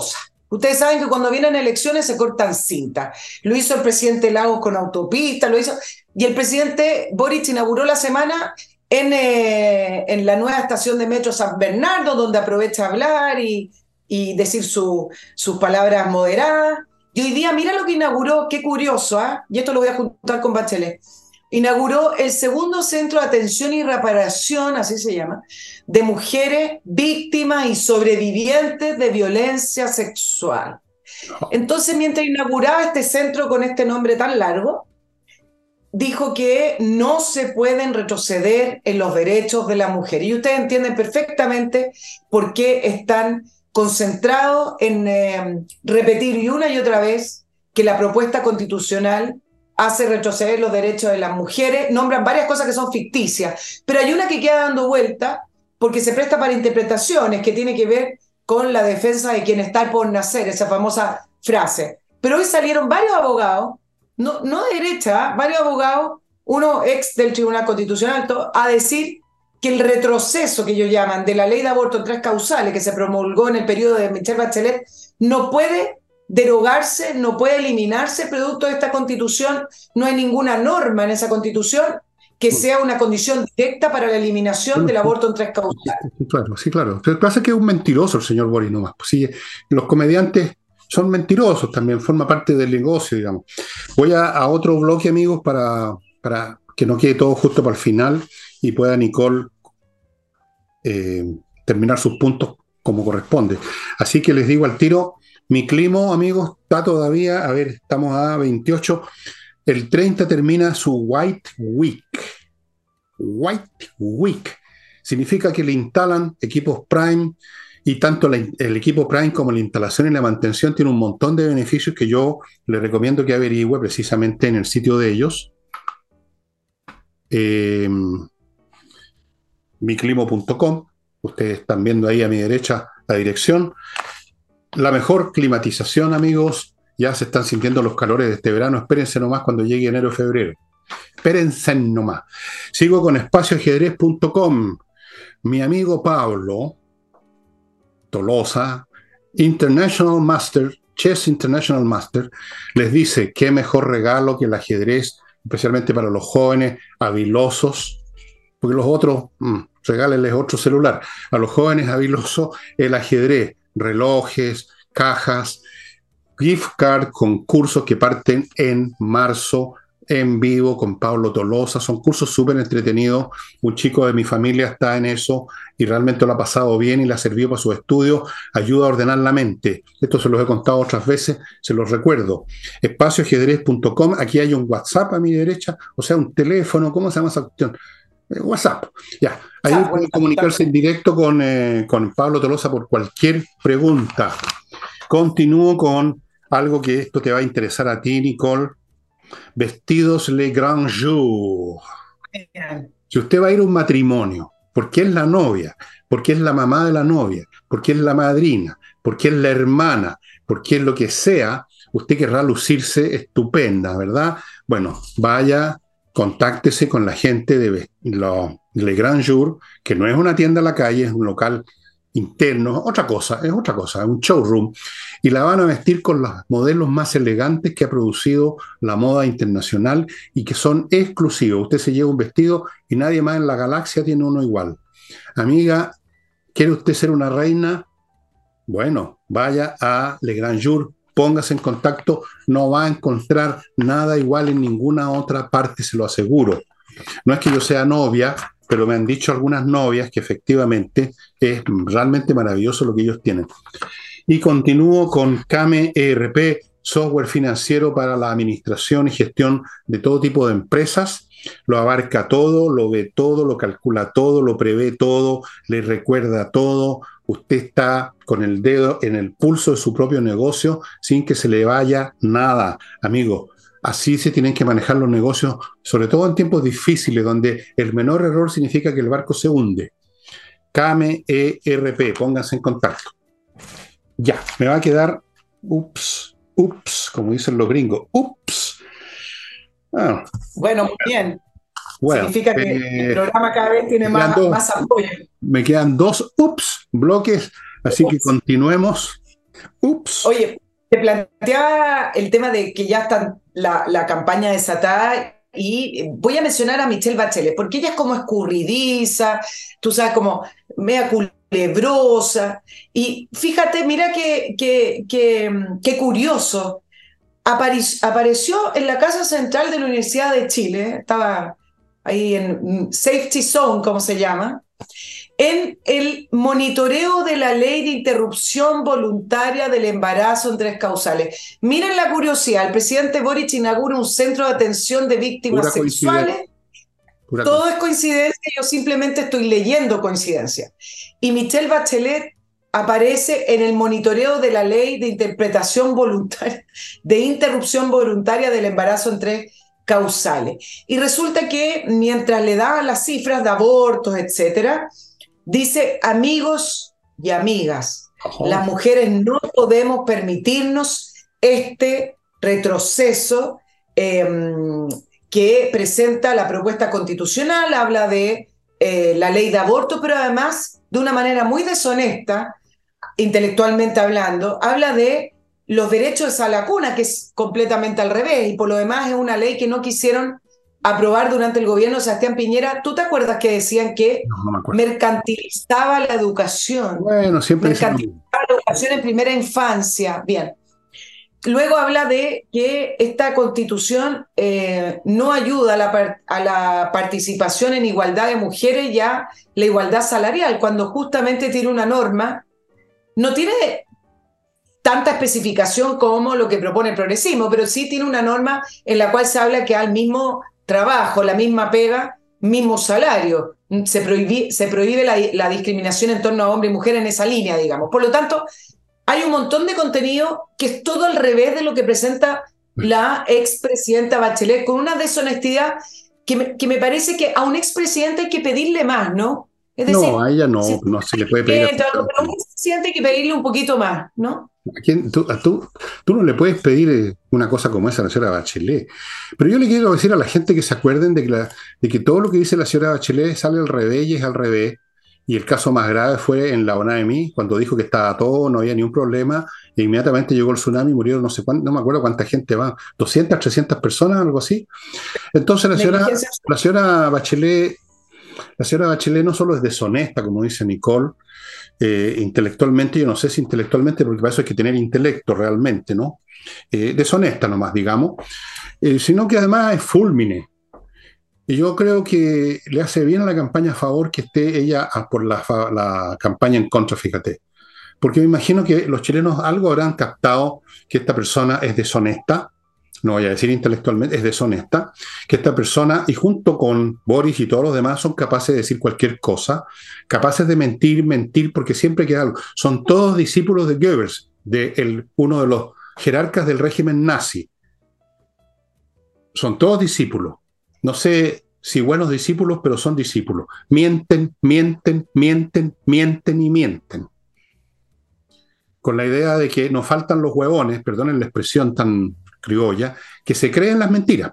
Ustedes saben que cuando vienen elecciones se cortan cinta. Lo hizo el presidente Lagos con autopista, lo hizo... Y el presidente Boric inauguró la semana en, eh, en la nueva estación de metro San Bernardo, donde aprovecha a hablar y, y decir su, sus palabras moderadas. Y hoy día, mira lo que inauguró, qué curioso, ¿eh? Y esto lo voy a juntar con Bachelet. Inauguró el segundo centro de atención y reparación, así se llama, de mujeres víctimas y sobrevivientes de violencia sexual. Entonces, mientras inauguraba este centro con este nombre tan largo, dijo que no se pueden retroceder en los derechos de la mujer. Y ustedes entienden perfectamente por qué están concentrados en eh, repetir una y otra vez que la propuesta constitucional hace retroceder los derechos de las mujeres. Nombran varias cosas que son ficticias, pero hay una que queda dando vuelta porque se presta para interpretaciones, que tiene que ver con la defensa de quien está por nacer, esa famosa frase. Pero hoy salieron varios abogados, no, no de derecha, ¿eh? varios abogados, uno ex del Tribunal Constitucional, a decir que el retroceso que ellos llaman de la ley de aborto en tres causales que se promulgó en el periodo de Michelle Bachelet no puede derogarse, no puede eliminarse producto de esta constitución. No hay ninguna norma en esa constitución que sea una condición directa para la eliminación del aborto en tres causales. Sí, claro, sí, claro. Pero pasa que es un mentiroso el señor Boric nomás. Pues sí, los comediantes son mentirosos también, forma parte del negocio, digamos. Voy a, a otro bloque, amigos, para, para que no quede todo justo para el final y pueda Nicole eh, terminar sus puntos como corresponde. Así que les digo al tiro, mi clima, amigos, está todavía, a ver, estamos a veintiocho, el treinta termina su White Week. White Week. Significa que le instalan equipos Prime y tanto la, el equipo Prime como la instalación y la mantención tiene un montón de beneficios que yo le recomiendo que averigüe precisamente en el sitio de ellos. Eh, miclimo punto com. Ustedes están viendo ahí a mi derecha la dirección. La mejor climatización, amigos. Ya se están sintiendo los calores de este verano. Espérense nomás cuando llegue enero o febrero. Espérense nomás. Sigo con espacio ajedrez punto com. Mi amigo Pablo Tolosa, International Master, Chess International Master, les dice qué mejor regalo que el ajedrez, especialmente para los jóvenes habilosos, porque los otros, mmm, regálenles otro celular. A los jóvenes habilosos, el ajedrez, relojes, cajas, gift card con cursos que parten en marzo en vivo con Pablo Tolosa. Son cursos súper entretenidos. Un chico de mi familia está en eso y realmente lo ha pasado bien y le ha servido para sus estudios. Ayuda a ordenar la mente. Esto se los he contado otras veces, se los recuerdo. espacio ajedrez punto com. Aquí hay un WhatsApp a mi derecha, o sea, un teléfono. ¿Cómo se llama esa cuestión? Eh, WhatsApp. Ya. Ahí ah, pueden comunicarse en directo con, eh, con Pablo Tolosa por cualquier pregunta. Continúo con algo que esto te va a interesar a ti, Nicole. Vestidos Le Grand Jour. Si usted va a ir a un matrimonio, porque es la novia, porque es la mamá de la novia, porque es la madrina, porque es la hermana, porque es lo que sea, usted querrá lucirse estupenda, ¿verdad? Bueno, vaya, contáctese con la gente de Le Grand Jour, que no es una tienda a la calle, es un local interno, otra cosa, es otra cosa, es un showroom, y la van a vestir con los modelos más elegantes que ha producido la moda internacional y que son exclusivos. Usted se lleva un vestido y nadie más en la galaxia tiene uno igual. Amiga, ¿quiere usted ser una reina? Bueno, vaya a Le Grand Jour, póngase en contacto, no va a encontrar nada igual en ninguna otra parte, se lo aseguro. No es que yo sea novia, pero me han dicho algunas novias que efectivamente es realmente maravilloso lo que ellos tienen. Y continúo con Kame E R P, software financiero para la administración y gestión de todo tipo de empresas. Lo abarca todo, lo ve todo, lo calcula todo, lo prevé todo, le recuerda todo. Usted está con el dedo en el pulso de su propio negocio sin que se le vaya nada, amigo. Así se tienen que manejar los negocios, sobre todo en tiempos difíciles, donde el menor error significa que el barco se hunde. Kame E R P, pónganse en contacto. Ya, me va a quedar, ups, ups, como dicen los gringos, ups. Ah, bueno, muy bien. Bueno, significa que eh, el programa cada vez tiene más, dos, más apoyo. Me quedan dos ups bloques, así ups. que continuemos. Ups. Oye, te planteaba el tema de que ya está la, la campaña desatada y voy a mencionar a Michelle Bachelet, porque ella es como escurridiza, tú sabes, como media culebrosa. Y fíjate, mira qué que, que, que curioso. Apari- apareció en la Casa Central de la Universidad de Chile, estaba ahí en Safety Zone, como se llama, en el monitoreo de la ley de interrupción voluntaria del embarazo en tres causales. Miren la curiosidad, el presidente Boric inaugura un centro de atención de víctimas Pura coincidencia. sexuales. Pura Todo es coincidencia. coincidencia, yo simplemente estoy leyendo coincidencia. Y Michelle Bachelet aparece en el monitoreo de la ley de interpretación voluntaria, de interrupción voluntaria del embarazo en tres causales. Y resulta que mientras le daban las cifras de abortos, etcétera, dice, amigos y amigas, Ajá. las mujeres no podemos permitirnos este retroceso eh, que presenta la propuesta constitucional, habla de eh, la ley de aborto, pero además de una manera muy deshonesta, intelectualmente hablando, habla de los derechos a la cuna, que es completamente al revés, y por lo demás es una ley que no quisieron aprobar durante el gobierno de Sebastián Piñera. ¿Tú te acuerdas que decían que No, no me acuerdo. mercantilizaba la educación? Bueno, siempre dicen lo mismo. Mercantilizaba la educación en primera infancia. Bien. Luego habla de que esta constitución eh, no ayuda a la, a la participación en igualdad de mujeres y a la igualdad salarial, cuando justamente tiene una norma, no tiene tanta especificación como lo que propone el progresismo, pero sí tiene una norma en la cual se habla que al mismo trabajo, la misma pega, mismo salario. Se prohíbe, se prohíbe la, la discriminación en torno a hombre y mujer en esa línea, digamos. Por lo tanto, hay un montón de contenido que es todo al revés de lo que presenta la expresidenta Bachelet, con una deshonestidad que me, que me parece que a un expresidente hay que pedirle más, ¿no? Es No, decir, a ella si no, está no se le puede pedir bien, pero a absolutamente un nada. expresidente hay que pedirle un poquito más, ¿no? ¿A quién- tú, a tú, tú no le puedes pedir eh, una cosa como esa a la señora Bachelet. Pero yo le quiero decir a la gente que se acuerden de que, la- de que todo lo que dice la señora Bachelet sale al revés y es al revés. Y el caso más grave fue en la ONAMI, cuando dijo que estaba todo, no había ni un problema, e inmediatamente llegó el tsunami y murieron no sé cuánto, no me acuerdo cuánta gente va, doscientas, trescientas personas, algo así. Entonces la señora, Negligencia. la señora Bachelet, la señora Bachelet no solo es deshonesta, como dice Nicole, eh, intelectualmente, yo no sé si intelectualmente, porque para eso hay que tener intelecto realmente, ¿no? Eh, deshonesta nomás, digamos, eh, sino que además es fúlmine. Y yo creo que le hace bien a la campaña a favor que esté ella a por la, fa- la campaña en contra, fíjate. Porque me imagino que los chilenos algo habrán captado que esta persona es deshonesta, no voy a decir intelectualmente, es deshonesta, que esta persona, y junto con Boris y todos los demás, son capaces de decir cualquier cosa, capaces de mentir, mentir, porque siempre queda algo. Son todos discípulos de Goebbels, de el- uno de los jerarcas del régimen nazi. Son todos discípulos. No sé si buenos discípulos, pero son discípulos. Mienten, mienten, mienten, mienten y mienten. Con la idea de que nos faltan los huevones, perdonen la expresión tan criolla, que se creen las mentiras.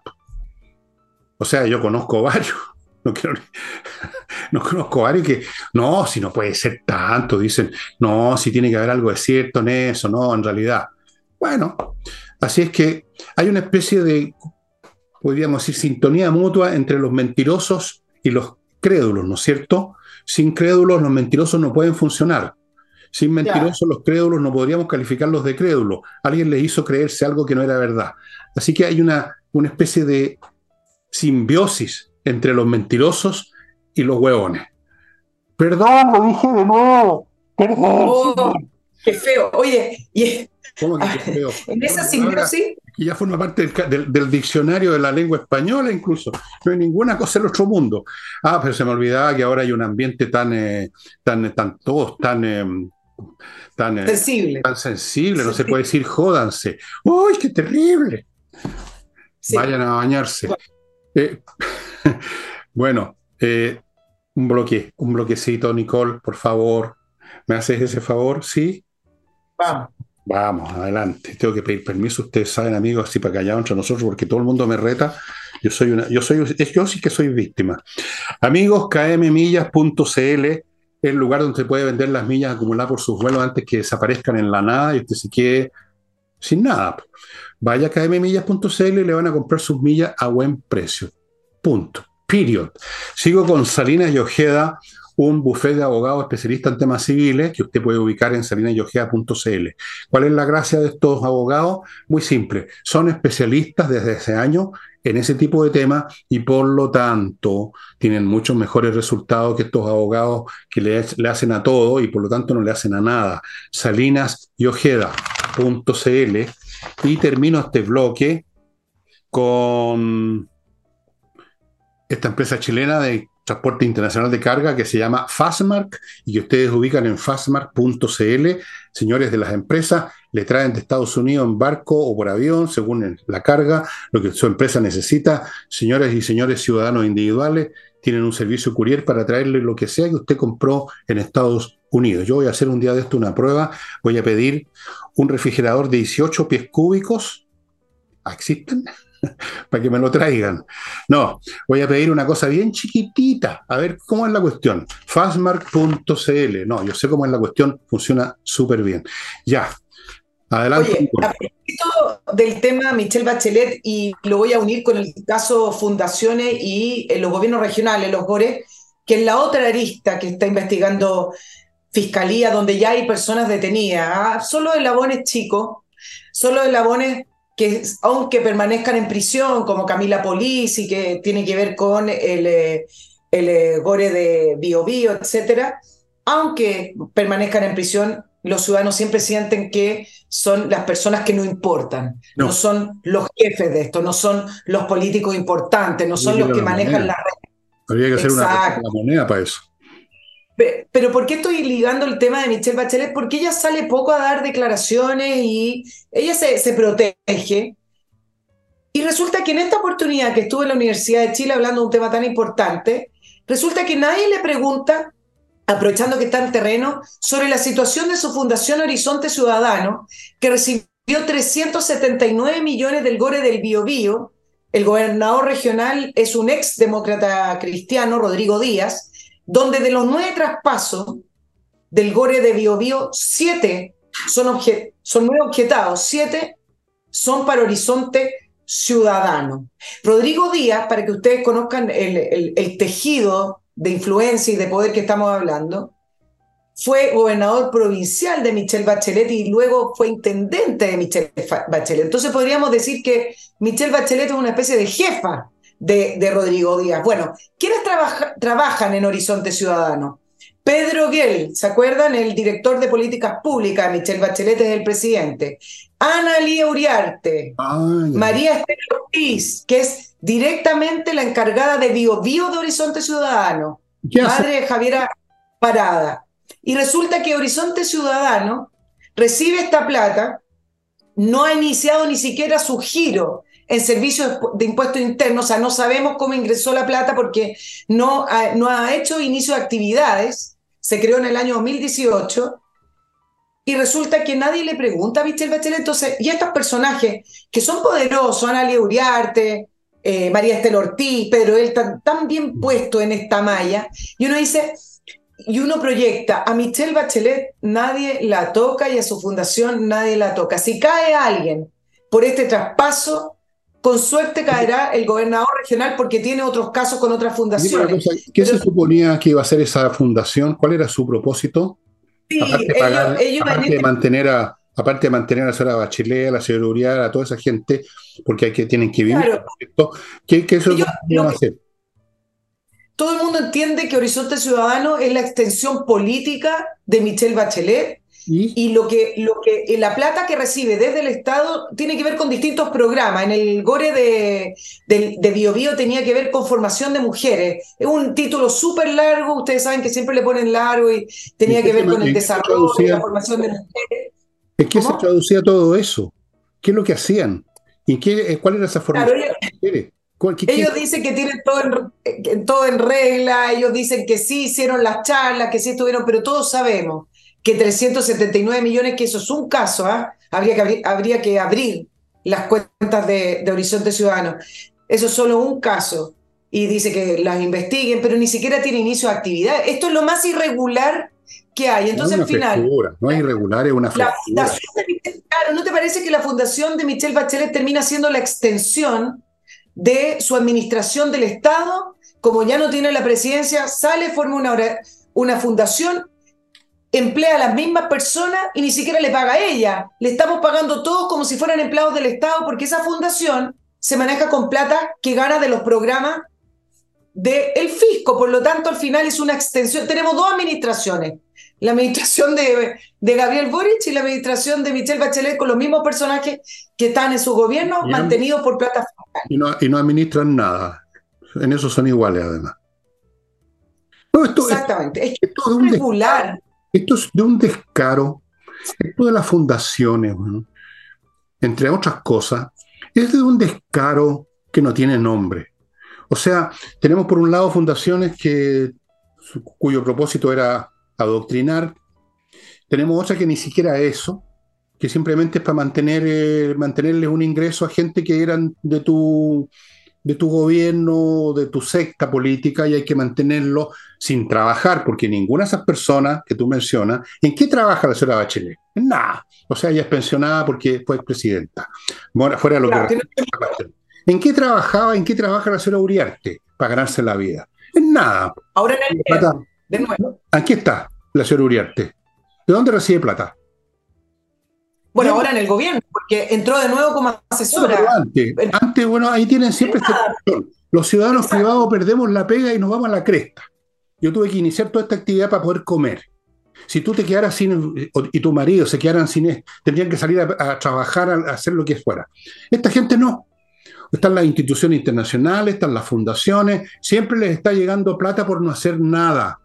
O sea, yo conozco varios, no, quiero, no conozco varios que, no, si no puede ser tanto, dicen, no, si tiene que haber algo de cierto en eso, no, en realidad. Bueno, así es que hay una especie de, podríamos decir, sintonía mutua entre los mentirosos y los crédulos, ¿no es cierto? Sin crédulos los mentirosos no pueden funcionar. Sin Ya. mentirosos los crédulos no podríamos calificarlos de crédulos. Alguien les hizo creerse algo que no era verdad. Así que hay una, una especie de simbiosis entre los mentirosos y los hueones. Perdón, lo dije de nuevo. Perdón, Oh, señor. qué feo. Oye, y, ¿Cómo que qué feo? en Es esa una palabra simbiosis, que ya forma parte del, del, del diccionario de la lengua española incluso. No hay ninguna cosa en otro mundo. Ah, pero se me olvidaba que ahora hay un ambiente tan, eh, tan, tan, todos tan, eh, tan, eh, sensible. tan sensible, no se Sensible. puede decir jódanse. ¡Uy, qué terrible! Sí. Vayan a bañarse. Bueno, Eh, bueno, eh, un bloque, un bloquecito, Nicole, por favor. ¿Me haces ese favor? ¿Sí? vamos. Vamos, adelante. Tengo que pedir permiso. Ustedes saben, amigos, así para callar entre nosotros, porque todo el mundo me reta. Yo soy una, yo soy, yo sí que soy víctima. Amigos, k m millas punto c l es el lugar donde se puede vender las millas acumuladas por sus vuelos antes que desaparezcan en la nada y usted se quede sin nada. Vaya a k m millas punto c l y le van a comprar sus millas a buen precio. Punto. Period. Sigo con Salinas y Ojeda, un buffet de abogados especialistas en temas civiles que usted puede ubicar en salinas y ojeda punto c l. ¿Cuál es la gracia de estos abogados? Muy simple. Son especialistas desde hace años en ese tipo de temas y por lo tanto tienen muchos mejores resultados que estos abogados que le, le hacen a todo y por lo tanto no le hacen a nada. Salinas y Ojeda punto c l. Y termino este bloque con esta empresa chilena de transporte internacional de carga que se llama Fastmark y que ustedes ubican en fastmark punto c l. Señores de las empresas, le traen de Estados Unidos en barco o por avión, según la carga, lo que su empresa necesita. Señores y señores ciudadanos individuales, tienen un servicio courier para traerle lo que sea que usted compró en Estados Unidos. Yo voy a hacer un día de esto una prueba, voy a pedir un refrigerador de dieciocho pies cúbicos. ¿Existen? Para que me lo traigan. No, voy a pedir una cosa bien chiquitita, a ver cómo es la cuestión. fastmark punto c l. No, yo sé cómo es la cuestión, funciona súper bien. Ya, adelante. Oye, a propósito del tema Michelle Bachelet, y lo voy a unir con el caso fundaciones y eh, los gobiernos regionales, los GORE, que es la otra arista que está investigando Fiscalía, donde ya hay personas detenidas. ¿Ah? Solo eslabones chicos, solo eslabones que aunque permanezcan en prisión, como Camila Polisi, que tiene que ver con el, el gore de Bio Bio, etcétera, aunque permanezcan en prisión, los ciudadanos siempre sienten que son las personas que no importan, no, no son los jefes de esto, no son los políticos importantes, no son los que manejan la red. Habría que hacer una la moneda para eso. Pero ¿por qué estoy ligando el tema de Michelle Bachelet? Porque ella sale poco a dar declaraciones y ella se, se protege. Y resulta que en esta oportunidad que estuve en la Universidad de Chile hablando de un tema tan importante, resulta que nadie le pregunta, aprovechando que está en terreno, sobre la situación de su fundación Horizonte Ciudadano, que recibió trescientos setenta y nueve millones del gore del Bio Bio. El gobernador regional es un ex demócrata cristiano, Rodrigo Díaz, donde de los nueve traspasos del gore de Bio Bio, siete son, obje son nueve objetados, siete son para Horizonte Ciudadano. Rodrigo Díaz, para que ustedes conozcan el, el, el tejido de influencia y de poder que estamos hablando, fue gobernador provincial de Michelle Bachelet y luego fue intendente de Michelle Bachelet. Entonces podríamos decir que Michelle Bachelet es una especie de jefa De, de Rodrigo Díaz. Bueno, ¿quiénes trabaja, trabajan en Horizonte Ciudadano? Pedro Guel, ¿se acuerdan? El director de políticas públicas, Michelle Bachelet es el presidente. Ana Lía Uriarte, ah, María Estela Ortiz, que es directamente la encargada de Bio Bio de Horizonte Ciudadano, madre de Javiera Parada. Y resulta que Horizonte Ciudadano recibe esta plata, no ha iniciado ni siquiera su giro en servicios de impuestos internos, o sea, no sabemos cómo ingresó la plata porque no ha, no ha hecho inicio de actividades, se creó en el año dos mil dieciocho, y resulta que nadie le pregunta a Michelle Bachelet. Entonces, y estos personajes que son poderosos, Ana Lía Uriarte, eh, María Estela Ortiz, Pedro él tan, tan bien puesto en esta malla, y uno dice, y uno proyecta, a Michelle Bachelet nadie la toca y a su fundación nadie la toca. Si cae alguien por este traspaso, con suerte caerá el gobernador regional porque tiene otros casos con otras fundaciones. Cosa, ¿qué Pero, se suponía que iba a ser esa fundación? ¿Cuál era su propósito? Sí, aparte, de, pagar, ellos, ellos aparte de mantener a aparte de mantener a la señora Bachelet, a la señora Uriarte, a toda esa gente, porque hay que, tienen que vivir. Claro. ¿Qué, qué eso ellos, iban a hacer? Todo el mundo entiende que Horizonte Ciudadano es la extensión política de Michelle Bachelet. ¿Y? Y lo que, lo que la plata que recibe desde el Estado tiene que ver con distintos programas. En el gore de, de, de Bio Bio tenía que ver con formación de mujeres. Es un título súper largo, ustedes saben que siempre le ponen largo y tenía que ver con el desarrollo y la formación de mujeres. ¿En qué ¿Cómo? se traducía todo eso? ¿Qué es lo que hacían? ¿Y qué, cuál era esa formación claro, de mujeres? ¿Cuál, qué, ellos qué? dicen que tienen todo en, todo en regla, ellos dicen que sí hicieron las charlas, que sí estuvieron, pero todos sabemos que trescientos setenta y nueve millones, que eso es un caso, ¿eh? habría, que abrir, habría que abrir las cuentas de, de Horizonte Ciudadano. Eso es solo un caso. y dice que las investiguen, pero ni siquiera tiene inicio de actividad. Esto es lo más irregular que hay. Entonces, no al final... frescura, no es irregular, es una La frescura. fundación de Michelle, claro, ¿no te parece que la fundación de Michelle Bachelet termina siendo la extensión de su administración del Estado? Como ya no tiene la presidencia, sale, forma una, una fundación, emplea a las mismas personas y ni siquiera le paga a ella. Le estamos pagando todos como si fueran empleados del Estado, porque esa fundación se maneja con plata que gana de los programas del fisco. Por lo tanto, al final es una extensión. Tenemos dos administraciones. La administración de, de Gabriel Boric y la administración de Michelle Bachelet, con los mismos personajes que están en su gobierno, Y no, mantenidos por plata fiscal. y, no, y no administran nada. En eso son iguales, además. No, esto, Exactamente. Es que esto, de es un regular. descaro, esto es de un descaro. Esto de las fundaciones, bueno, entre otras cosas, es de un descaro que no tiene nombre. O sea, tenemos por un lado fundaciones que, cuyo propósito era adoctrinar. Tenemos otras que ni siquiera eso, que simplemente es para mantener, eh, mantenerles un ingreso a gente que eran de tu, de tu gobierno, de tu secta política, y hay que mantenerlo sin trabajar, porque ninguna de esas personas que tú mencionas, ¿en qué trabaja la señora Bachelet? En nada. O sea, ella es pensionada porque fue presidenta. Bueno, fuera de lo Claro, que... tiene- ¿En qué trabajaba, en qué trabaja la señora Uriarte para ganarse la vida? En nada. Ahora en el Plata. de nuevo. Aquí está la señora Uriarte. ¿De dónde recibe plata? Bueno, Bien. ahora en el gobierno, porque entró de nuevo como Bueno, asesora. pero antes, antes, bueno, ahí tienen siempre esta cuestión. Los ciudadanos Exacto. privados perdemos la pega y nos vamos a la cresta. Yo tuve que iniciar toda esta actividad para poder comer. Si tú te quedaras sin, y tu marido se quedaran sin, tendrían que salir a, a trabajar, a, a hacer lo que fuera. Esta gente no. Están las instituciones internacionales, están las fundaciones, siempre les está llegando plata por no hacer nada.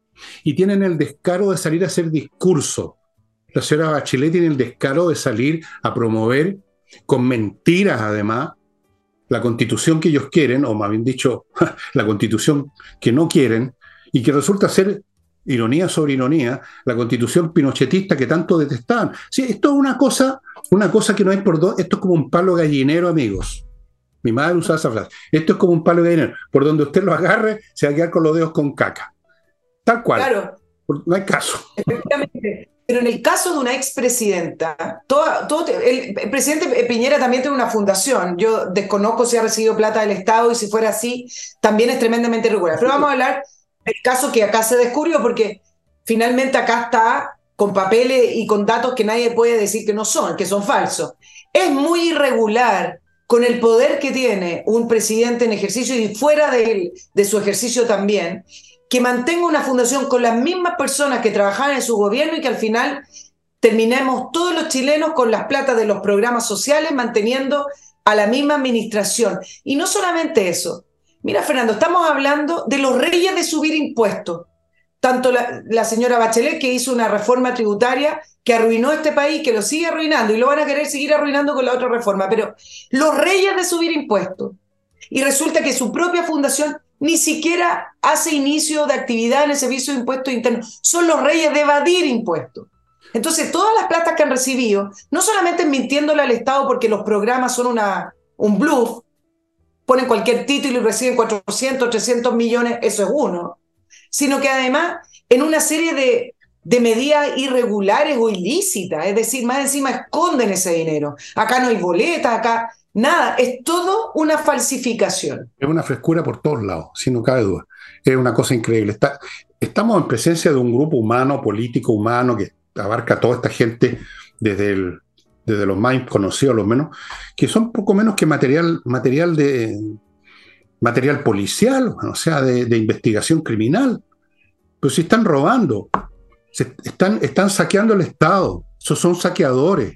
Y tienen el descaro de salir a hacer discurso. La señora Bachelet tiene el descaro de salir a promover, con mentiras además, la constitución que ellos quieren, o más bien dicho, la constitución que no quieren, y que resulta ser, ironía sobre ironía, la constitución pinochetista que tanto detestaban. Sí, esto es una cosa, una cosa que no hay por dos, esto es como un palo gallinero, amigos. Mi madre usaba esa frase. Esto es como un palo gallinero. Por donde usted lo agarre, se va a quedar con los dedos con caca. Tal cual. Claro. No hay caso. Efectivamente. Pero en el caso de una expresidenta, toda, todo, el, el presidente Piñera también tiene una fundación. Yo desconozco si ha recibido plata del Estado y si fuera así, también es tremendamente irregular. Pero vamos a hablar del caso que acá se descubrió, porque finalmente acá está con papeles y con datos que nadie puede decir que no son, que son falsos. Es muy irregular con el poder que tiene un presidente en ejercicio y fuera de, él, de su ejercicio también, que mantenga una fundación con las mismas personas que trabajaban en su gobierno y que al final terminemos todos los chilenos con las platas de los programas sociales manteniendo a la misma administración. Y no solamente eso. Mira, Fernando, estamos hablando de los reyes de subir impuestos. Tanto la, la señora Bachelet, que hizo una reforma tributaria que arruinó este país, que lo sigue arruinando y lo van a querer seguir arruinando con la otra reforma, pero los reyes de subir impuestos. Y resulta que su propia fundación ni siquiera hace inicio de actividad en el servicio de impuestos internos. Son los reyes de evadir impuestos. Entonces, todas las platas que han recibido, no solamente mintiéndole al Estado porque los programas son una, un bluff, ponen cualquier título y reciben cuatrocientos, trescientos millones, eso es uno, sino que además en una serie de, de medidas irregulares o ilícitas, es decir, más encima esconden ese dinero. Acá no hay boletas, acá nada, es todo una falsificación. Es una frescura por todos lados, sin no cabe duda. Es una cosa increíble. Está, estamos en presencia de un grupo humano, político humano, que abarca a toda esta gente, desde, el, desde los más conocidos, los menos, que son poco menos que material, material, de, material policial, o sea, de, de investigación criminal. Pero si están robando, se, están, están saqueando el Estado, esos son saqueadores.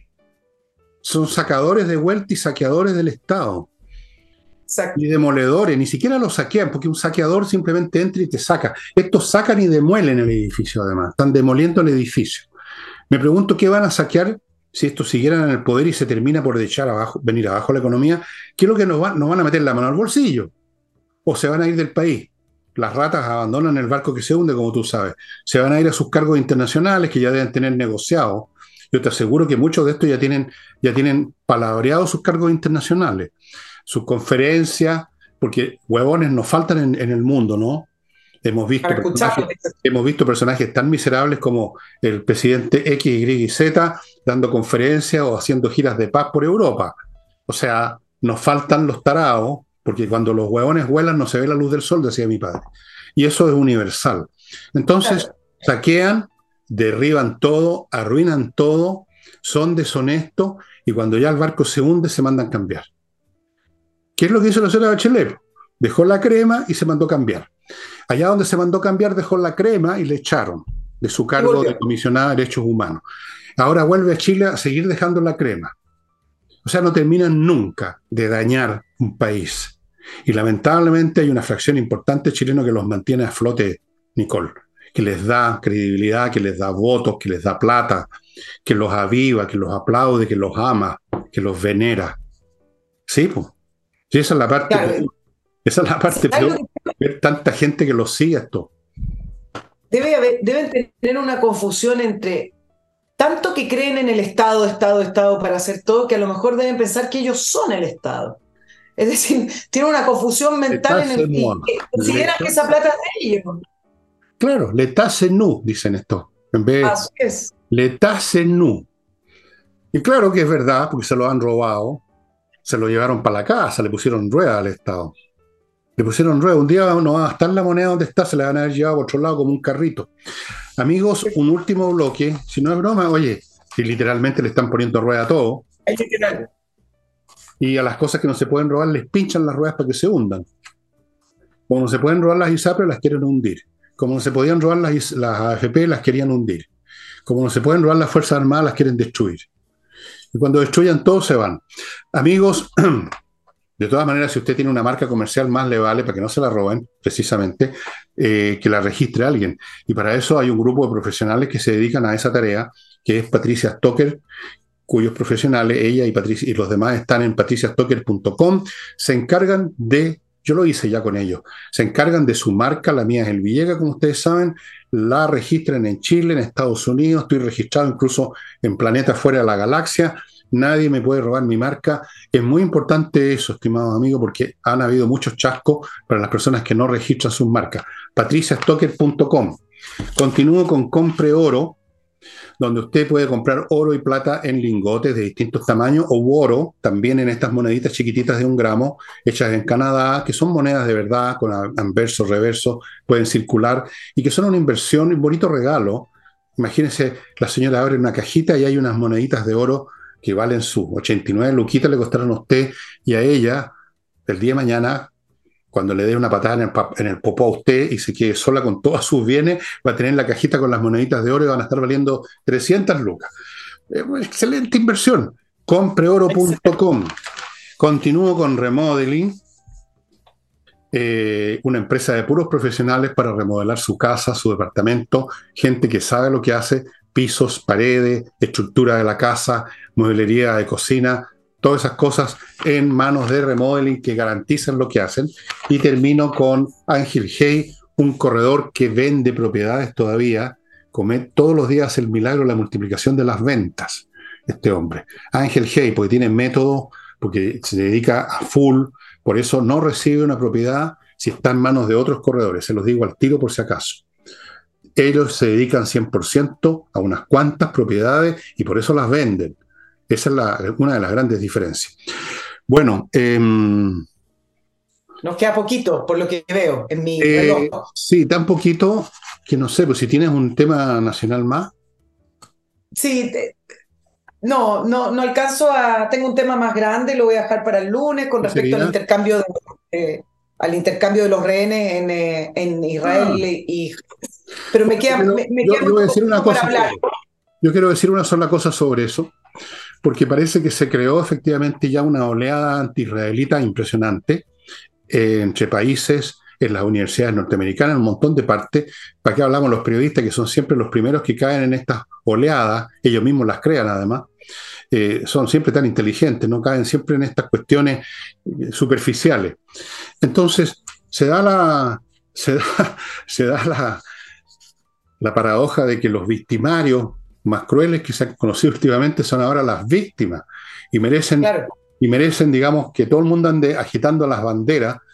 Son sacadores de vuelta y saqueadores del Estado. Exacto. Y demoledores, ni siquiera los saquean, porque un saqueador simplemente entra y te saca. Estos sacan y demuelen el edificio, además. Están demoliendo el edificio. Me pregunto qué van a saquear si estos siguieran en el poder y se termina por echar abajo, venir abajo la economía. ¿Qué es lo que nos, va, nos van a meter la mano al bolsillo? ¿O se van a ir del país? Las ratas abandonan el barco que se hunde, como tú sabes. Se van a ir a sus cargos internacionales que ya deben tener negociados. Yo te aseguro que muchos de estos ya tienen, ya tienen palabreados sus cargos internacionales, sus conferencias, porque huevones nos faltan en, en el mundo, ¿no? Hemos visto, para personajes, escucharlo. hemos visto personajes tan miserables como el presidente X, Y y Z dando conferencias o haciendo giras de paz por Europa. O sea, nos faltan los tarados, porque cuando los huevones vuelan no se ve la luz del sol, decía mi padre. Y eso es universal. Entonces, Claro. saquean, derriban todo, arruinan todo, son deshonestos y cuando ya el barco se hunde se mandan cambiar. ¿Qué es lo que hizo la señora Bachelet? Dejó la crema y se mandó cambiar. Allá donde se mandó cambiar dejó la crema y le echaron de su Y cargo de volvió. comisionada de derechos humanos. Ahora vuelve a Chile a seguir dejando la crema. O sea, no terminan nunca de dañar un país. Y lamentablemente hay una fracción importante chilena que los mantiene a flote, Nicole, que les da credibilidad, que les da votos, que les da plata, que los aviva, que los aplaude, que los ama, que los venera. Sí, pues. Sí, esa es la parte Claro, peor. Esa es la parte ¿sabes lo peor. que Ver tanta gente que los sigue esto. debe haber? Deben tener una confusión entre tanto que creen en el Estado, Estado, Estado para hacer todo, que a lo mejor deben pensar que ellos son el Estado. Es decir, tienen una confusión mental L'État, en c'est el, y moi. que consideran que L'État- esa plata es de ellos. Claro, l'État, c'est nous, dicen esto. En vez Así es. de l'État, c'est nous. Y claro que es verdad, porque se lo han robado, se lo llevaron para la casa, le pusieron rueda al Estado. Le pusieron rueda. Un día no va a estar la moneda donde está, se la van a haber llevado por otro lado como un carrito. Amigos, un último bloque, si no es broma, oye, si literalmente le están poniendo rueda a todo, Hay que querer. y a las cosas que no se pueden robar les pinchan las ruedas para que se hundan. Como no se pueden robar las ISAPRES, las quieren hundir. Como no se podían robar las, is- las A F P, las querían hundir. Como no se pueden robar las Fuerzas Armadas, las quieren destruir. Y cuando destruyan todo, se van. Amigos, de todas maneras, si usted tiene una marca comercial, más le vale, para que no se la roben, precisamente, eh, que la registre alguien. Y para eso hay un grupo de profesionales que se dedican a esa tarea, que es Patricia Stocker, cuyos profesionales, ella y, Patricia, y los demás están en patricia stocker punto com, se encargan de, yo lo hice ya con ellos, se encargan de su marca, la mía es El Villega, como ustedes saben, la registran en Chile, en Estados Unidos, estoy registrado incluso en planetas fuera de la galaxia, nadie me puede robar mi marca. Es muy importante eso, estimados amigos, porque han habido muchos chascos para las personas que no registran sus marcas. patricia stocker punto com. Continúo con Compre Oro, donde usted puede comprar oro y plata en lingotes de distintos tamaños o oro también en estas moneditas chiquititas de un gramo hechas en Canadá, que son monedas de verdad con anverso, reverso, pueden circular y que son una inversión y un bonito regalo. Imagínense, la señora abre una cajita y hay unas moneditas de oro que valen sus ochenta y nueve luquitas, le costaron a usted y a ella el día de mañana. Cuando le dé una patada en el, en el popó a usted y se quede sola con todos sus bienes, va a tener la cajita con las moneditas de oro y van a estar valiendo trescientas lucas. Eh, excelente inversión. compre oro punto com. Continúo con Remodeling, eh, una empresa de puros profesionales para remodelar su casa, su departamento, gente que sabe lo que hace, pisos, paredes, estructura de la casa, mueblería de cocina, todas esas cosas en manos de Remodeling que garantizan lo que hacen. Y termino con Ángel Hey, un corredor que vende propiedades todavía, come, todos los días el milagro de la multiplicación de las ventas, este hombre. Ángel Hey, porque tiene método, porque se dedica a full, por eso no recibe una propiedad si está en manos de otros corredores, se los digo al tiro por si acaso. Ellos se dedican cien por ciento a unas cuantas propiedades y por eso las venden. Esa es la, una de las grandes diferencias. Bueno, eh, Nos queda poquito, por lo que veo en mi eh, reloj. sí, tan poquito que no sé, pues si tienes un tema nacional más. Sí, te- no, no, no alcanzo a. Tengo un tema más grande, lo voy a dejar para el lunes con ¿Qué respecto al sería? intercambio de, eh, al intercambio de los rehenes en, eh, en Israel Ah, y. Pero me queda, pero me, me yo, queda yo muy voy a decir una poquito para cosa hablar. sobre- yo quiero decir una sola cosa sobre eso, porque parece que se creó efectivamente ya una oleada anti-israelita impresionante eh, entre países, en las universidades norteamericanas, en un montón de partes. ¿Para qué hablamos los periodistas, que son siempre los primeros que caen en estas oleadas? Ellos mismos las crean, además. Eh, son siempre tan inteligentes, no caen siempre en estas cuestiones eh, superficiales. Entonces, se da la, se da, se da la, la paradoja de que los victimarios más crueles que se han conocido últimamente son ahora las víctimas y merecen, Claro, y merecen, digamos, que todo el mundo ande agitando las banderas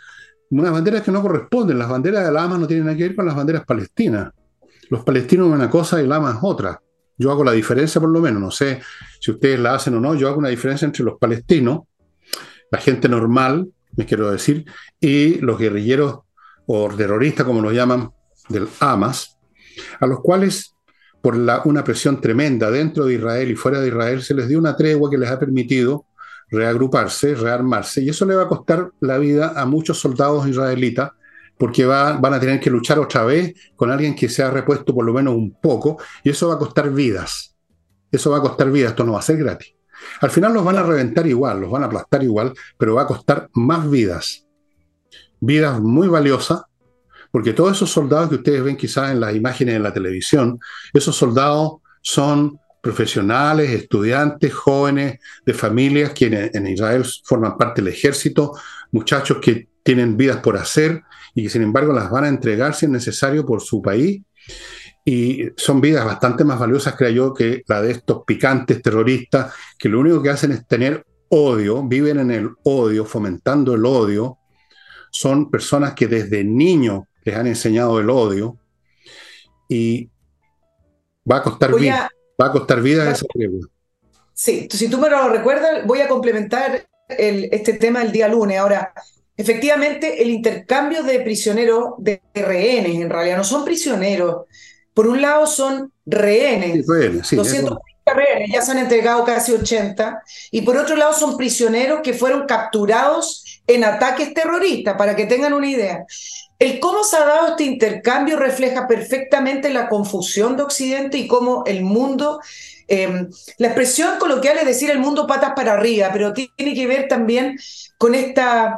unas banderas que no corresponden. Las banderas de la Hamas no tienen nada que ver con las banderas palestinas. Los palestinos es una cosa y la Hamas es otra. Yo hago la diferencia por lo menos, no sé si ustedes la hacen o no, yo hago una diferencia entre los palestinos, la gente normal, me quiero decir, y los guerrilleros o terroristas, como los llaman, del Hamas, a los cuales, por la, una presión tremenda dentro de Israel y fuera de Israel, se les dio una tregua que les ha permitido reagruparse, rearmarse, y eso le va a costar la vida a muchos soldados israelitas, porque va, van a tener que luchar otra vez con alguien que se ha repuesto por lo menos un poco, y eso va a costar vidas. Eso va a costar vidas, esto no va a ser gratis. Al final los van a reventar igual, los van a aplastar igual, pero va a costar más vidas. Vidas muy valiosas, porque todos esos soldados que ustedes ven quizás en las imágenes en la televisión, esos soldados son profesionales, estudiantes, jóvenes de familias que en, en Israel forman parte del ejército, muchachos que tienen vidas por hacer y que sin embargo las van a entregar si es necesario por su país. Y son vidas bastante más valiosas, creo yo, que la de estos picantes terroristas que lo único que hacen es tener odio, viven en el odio, fomentando el odio. Son personas que desde niños les han enseñado el odio y va a costar Voy vida, a, va a costar vida va- esa tregua. sí, si tú me lo recuerdas, voy a complementar el- este tema el día lunes. Ahora, efectivamente, el intercambio de prisioneros, de rehenes, en realidad no son prisioneros. Por un lado son Sí, rehenes, bueno, sí, doscientos eso, treinta rehenes, ya se han entregado casi ochenta, y por otro lado son prisioneros que fueron capturados en ataques terroristas, para que tengan una idea. El cómo se ha dado este intercambio refleja perfectamente la confusión de Occidente y cómo el mundo, eh, la expresión coloquial es decir el mundo patas para arriba, pero tiene que ver también con esta,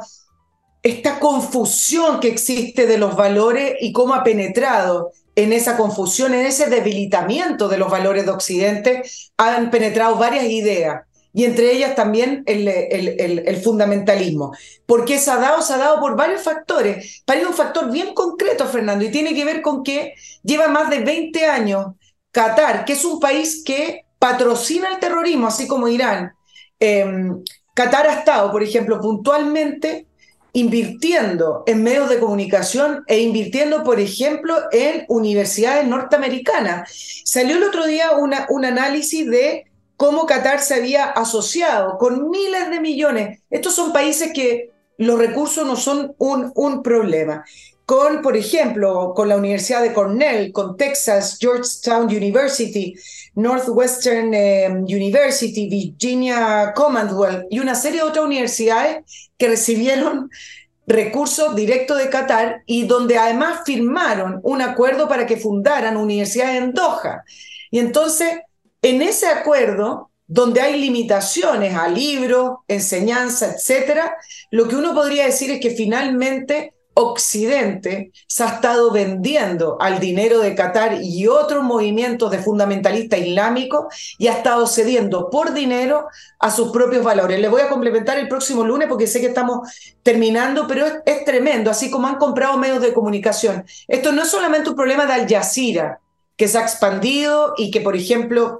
esta confusión que existe de los valores y cómo ha penetrado en esa confusión, en ese debilitamiento de los valores de Occidente, han penetrado varias ideas. Y entre ellas también el, el, el, el fundamentalismo. ¿Por qué se ha dado? Se ha dado por varios factores. Pero hay un factor bien concreto, Fernando, y tiene que ver con que lleva más de veinte años Qatar, que es un país que patrocina el terrorismo, así como Irán. Eh, Qatar ha estado, por ejemplo, puntualmente invirtiendo en medios de comunicación e invirtiendo, por ejemplo, en universidades norteamericanas. Salió el otro día una, un análisis de cómo Qatar se había asociado con miles de millones. Estos son países que los recursos no son un, un problema. Con, por ejemplo, con la Universidad de Cornell, con Texas, Georgetown University, Northwestern eh, University, Virginia Commonwealth y una serie de otras universidades que recibieron recursos directos de Qatar y donde además firmaron un acuerdo para que fundaran universidades en Doha. Y entonces, en ese acuerdo, donde hay limitaciones a libros, enseñanza, etcétera, lo que uno podría decir es que finalmente Occidente se ha estado vendiendo al dinero de Qatar y otros movimientos de fundamentalistas islámicos y ha estado cediendo por dinero a sus propios valores. Les voy a complementar el próximo lunes porque sé que estamos terminando, pero es, es tremendo, así como han comprado medios de comunicación. Esto no es solamente un problema de Al Jazeera, que se ha expandido y que, por ejemplo,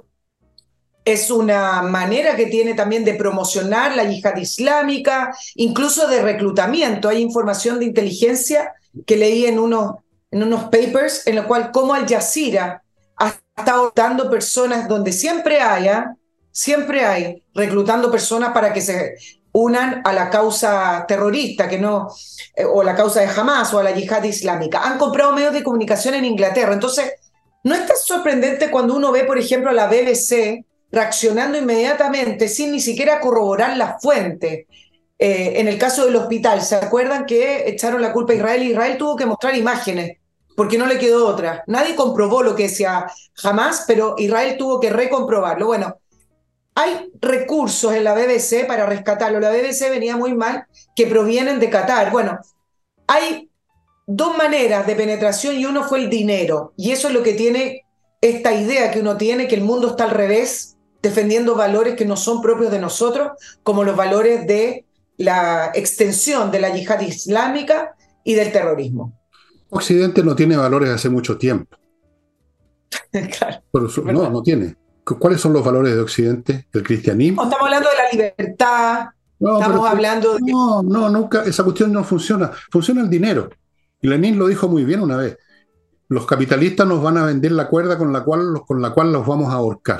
es una manera que tiene también de promocionar la yihad islámica, incluso de reclutamiento. Hay información de inteligencia que leí en unos, en unos papers en lo cual cómo Al Jazeera ha estado dando personas donde siempre haya, siempre hay, reclutando personas para que se unan a la causa terrorista, que no, eh, o la causa de Hamas o a la yihad islámica. Han comprado medios de comunicación en Inglaterra. Entonces, no es tan sorprendente cuando uno ve, por ejemplo, a la B B C reaccionando inmediatamente sin ni siquiera corroborar la fuente. Eh, en el caso del hospital, ¿se acuerdan que echaron la culpa a Israel? Y Israel tuvo que mostrar imágenes porque no le quedó otra. Nadie comprobó lo que decía Hamas, pero Israel tuvo que recomprobarlo. Bueno, hay recursos en la B B C para rescatarlo. La B B C venía muy mal, que provienen de Qatar. Bueno, hay dos maneras de penetración y uno fue el dinero. Y eso es lo que tiene esta idea que uno tiene, que el mundo está al revés, defendiendo valores que no son propios de nosotros, como los valores de la extensión de la yihad islámica y del terrorismo. Occidente no tiene valores hace mucho tiempo. Claro, Pero su- no, ¿verdad? no tiene. ¿Cuáles son los valores de Occidente? El No, cristianismo. estamos hablando de la libertad, No, pero Estamos hablando de... no, no, nunca, esa cuestión no funciona. Funciona el dinero. Y Lenin lo dijo muy bien una vez. Los capitalistas nos van a vender la cuerda con la cual, con la cual los vamos a ahorcar.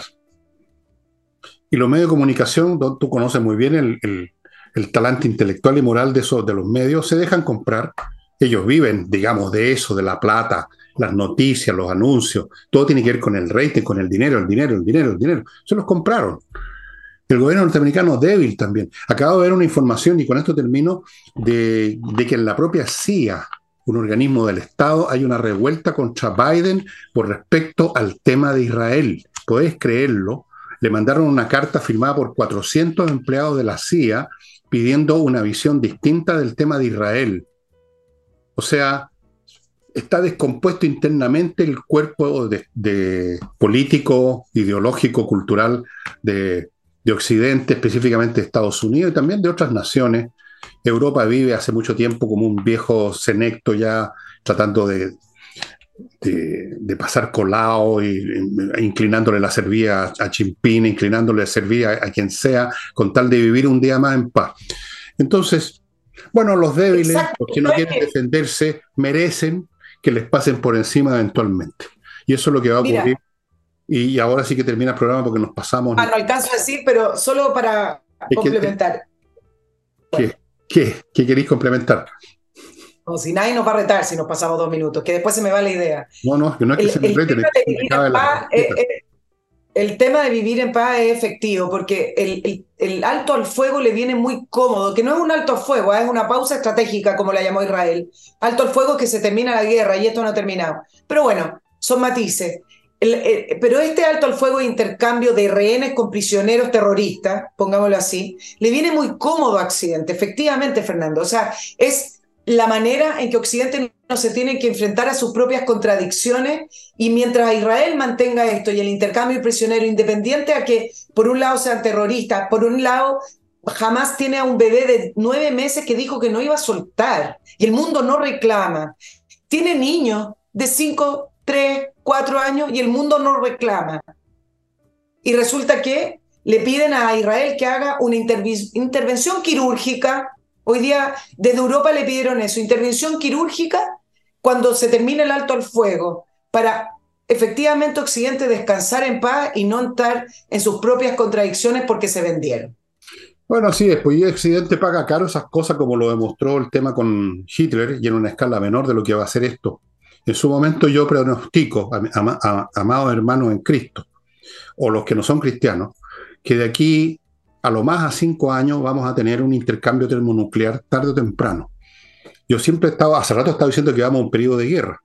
Y los medios de comunicación, tú, tú conoces muy bien el, el, el talante intelectual y moral de, esos, de los medios, se dejan comprar. Ellos viven, digamos, de eso, de la plata, las noticias, los anuncios. Todo tiene que ver con el rating, con el dinero, el dinero, el dinero, el dinero. Se los compraron. El gobierno norteamericano débil también. Acabo de ver una información, y con esto termino, de, de que en la propia C I A, un organismo del Estado, hay una revuelta contra Biden por respecto al tema de Israel. ¿Podés creerlo? Le mandaron una carta firmada por cuatrocientos empleados de la C I A pidiendo una visión distinta del tema de Israel. O sea, está descompuesto internamente el cuerpo de, de político, ideológico, cultural de, de Occidente, específicamente de Estados Unidos y también de otras naciones. Europa vive hace mucho tiempo como un viejo senecto ya tratando de, de, de pasar colado y, e inclinándole la cerviz a Chimpín, inclinándole la cerviz a, a quien sea, con tal de vivir un día más en paz. Entonces, bueno, los débiles, Exacto. los que no quieren defenderse, merecen que les pasen por encima eventualmente. Y eso es lo que va a ocurrir. Mira, Y, y ahora sí que termina el programa porque nos pasamos. ah, no alcanzo a decir, pero solo para Es que, complementar. Bueno, ¿qué, qué, qué queréis complementar? como si nadie nos va a retar si nos pasamos dos minutos, que después se me va la idea. No, no, que no es que El, se me el reten, es tema que de se me vivir cabe en la paz, eh, tarjeta. eh, el tema de vivir en paz es efectivo, porque el, el- el alto al fuego le viene muy cómodo, que no es un alto al fuego, es una pausa estratégica, como la llamó Israel. Alto al fuego es que se termina la guerra y esto no ha terminado. Pero bueno, son matices. El- el- pero este alto al fuego e intercambio de rehenes con prisioneros terroristas, pongámoslo así, le viene muy cómodo a Occidente, efectivamente, Fernando. O sea, es la manera en que Occidente no se tiene que enfrentar a sus propias contradicciones, y mientras Israel mantenga esto y el intercambio de prisioneros, independiente a que por un lado sean terroristas, por un lado jamás tiene a un bebé de nueve meses que dijo que no iba a soltar y el mundo no reclama. Tiene niños de cinco, tres, cuatro años y el mundo no reclama. Y resulta que le piden a Israel que haga una intervi- intervención quirúrgica. Hoy día desde Europa le pidieron eso, intervención quirúrgica cuando se termine el alto al fuego, para efectivamente Occidente descansar en paz y no entrar en sus propias contradicciones porque se vendieron. Bueno, así es, pues y Occidente paga caro esas cosas, como lo demostró el tema con Hitler, y en una escala menor de lo que va a ser esto. En su momento yo pronostico, am- ama- a- amados hermanos en Cristo, o los que no son cristianos, que de aquí a lo más a cinco años vamos a tener un intercambio termonuclear tarde o temprano. Yo siempre he estado, hace rato he estado diciendo que vamos a un periodo de guerra,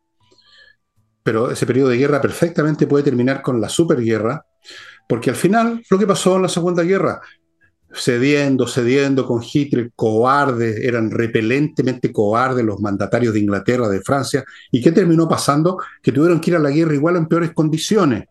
pero ese periodo de guerra perfectamente puede terminar con la superguerra, porque al final lo que pasó en la Segunda Guerra, cediendo, cediendo con Hitler, cobardes, eran repelentemente cobardes los mandatarios de Inglaterra, de Francia, y ¿qué terminó pasando? Que tuvieron que ir a la guerra igual en peores condiciones.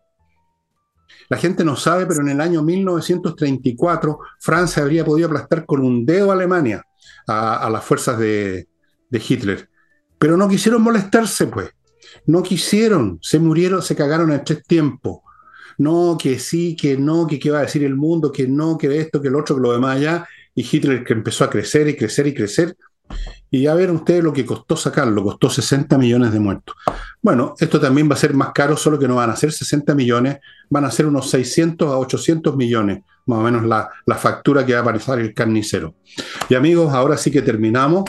La gente no sabe, pero en el año mil novecientos treinta y cuatro Francia habría podido aplastar con un dedo a Alemania, a, a las fuerzas de, de Hitler. Pero no quisieron molestarse, pues. No quisieron, se murieron, se cagaron en tres tiempos. No, que sí, que no, que qué va a decir el mundo, que no, que esto, que lo otro, que lo demás allá. Y Hitler que empezó a crecer y crecer y crecer. Y ya ven ustedes lo que costó sacarlo, costó sesenta millones de muertos. Bueno, esto también va a ser más caro, solo que no van a ser sesenta millones, van a ser unos seiscientos a ochocientos millones, más o menos la, la factura que va a aparecer el carnicero. Y amigos, ahora sí que terminamos.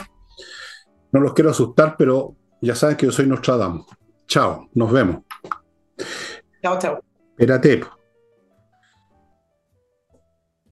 No los quiero asustar, pero ya saben que yo soy Nostradamus. Chao, nos vemos. Chao, chao. Espérate.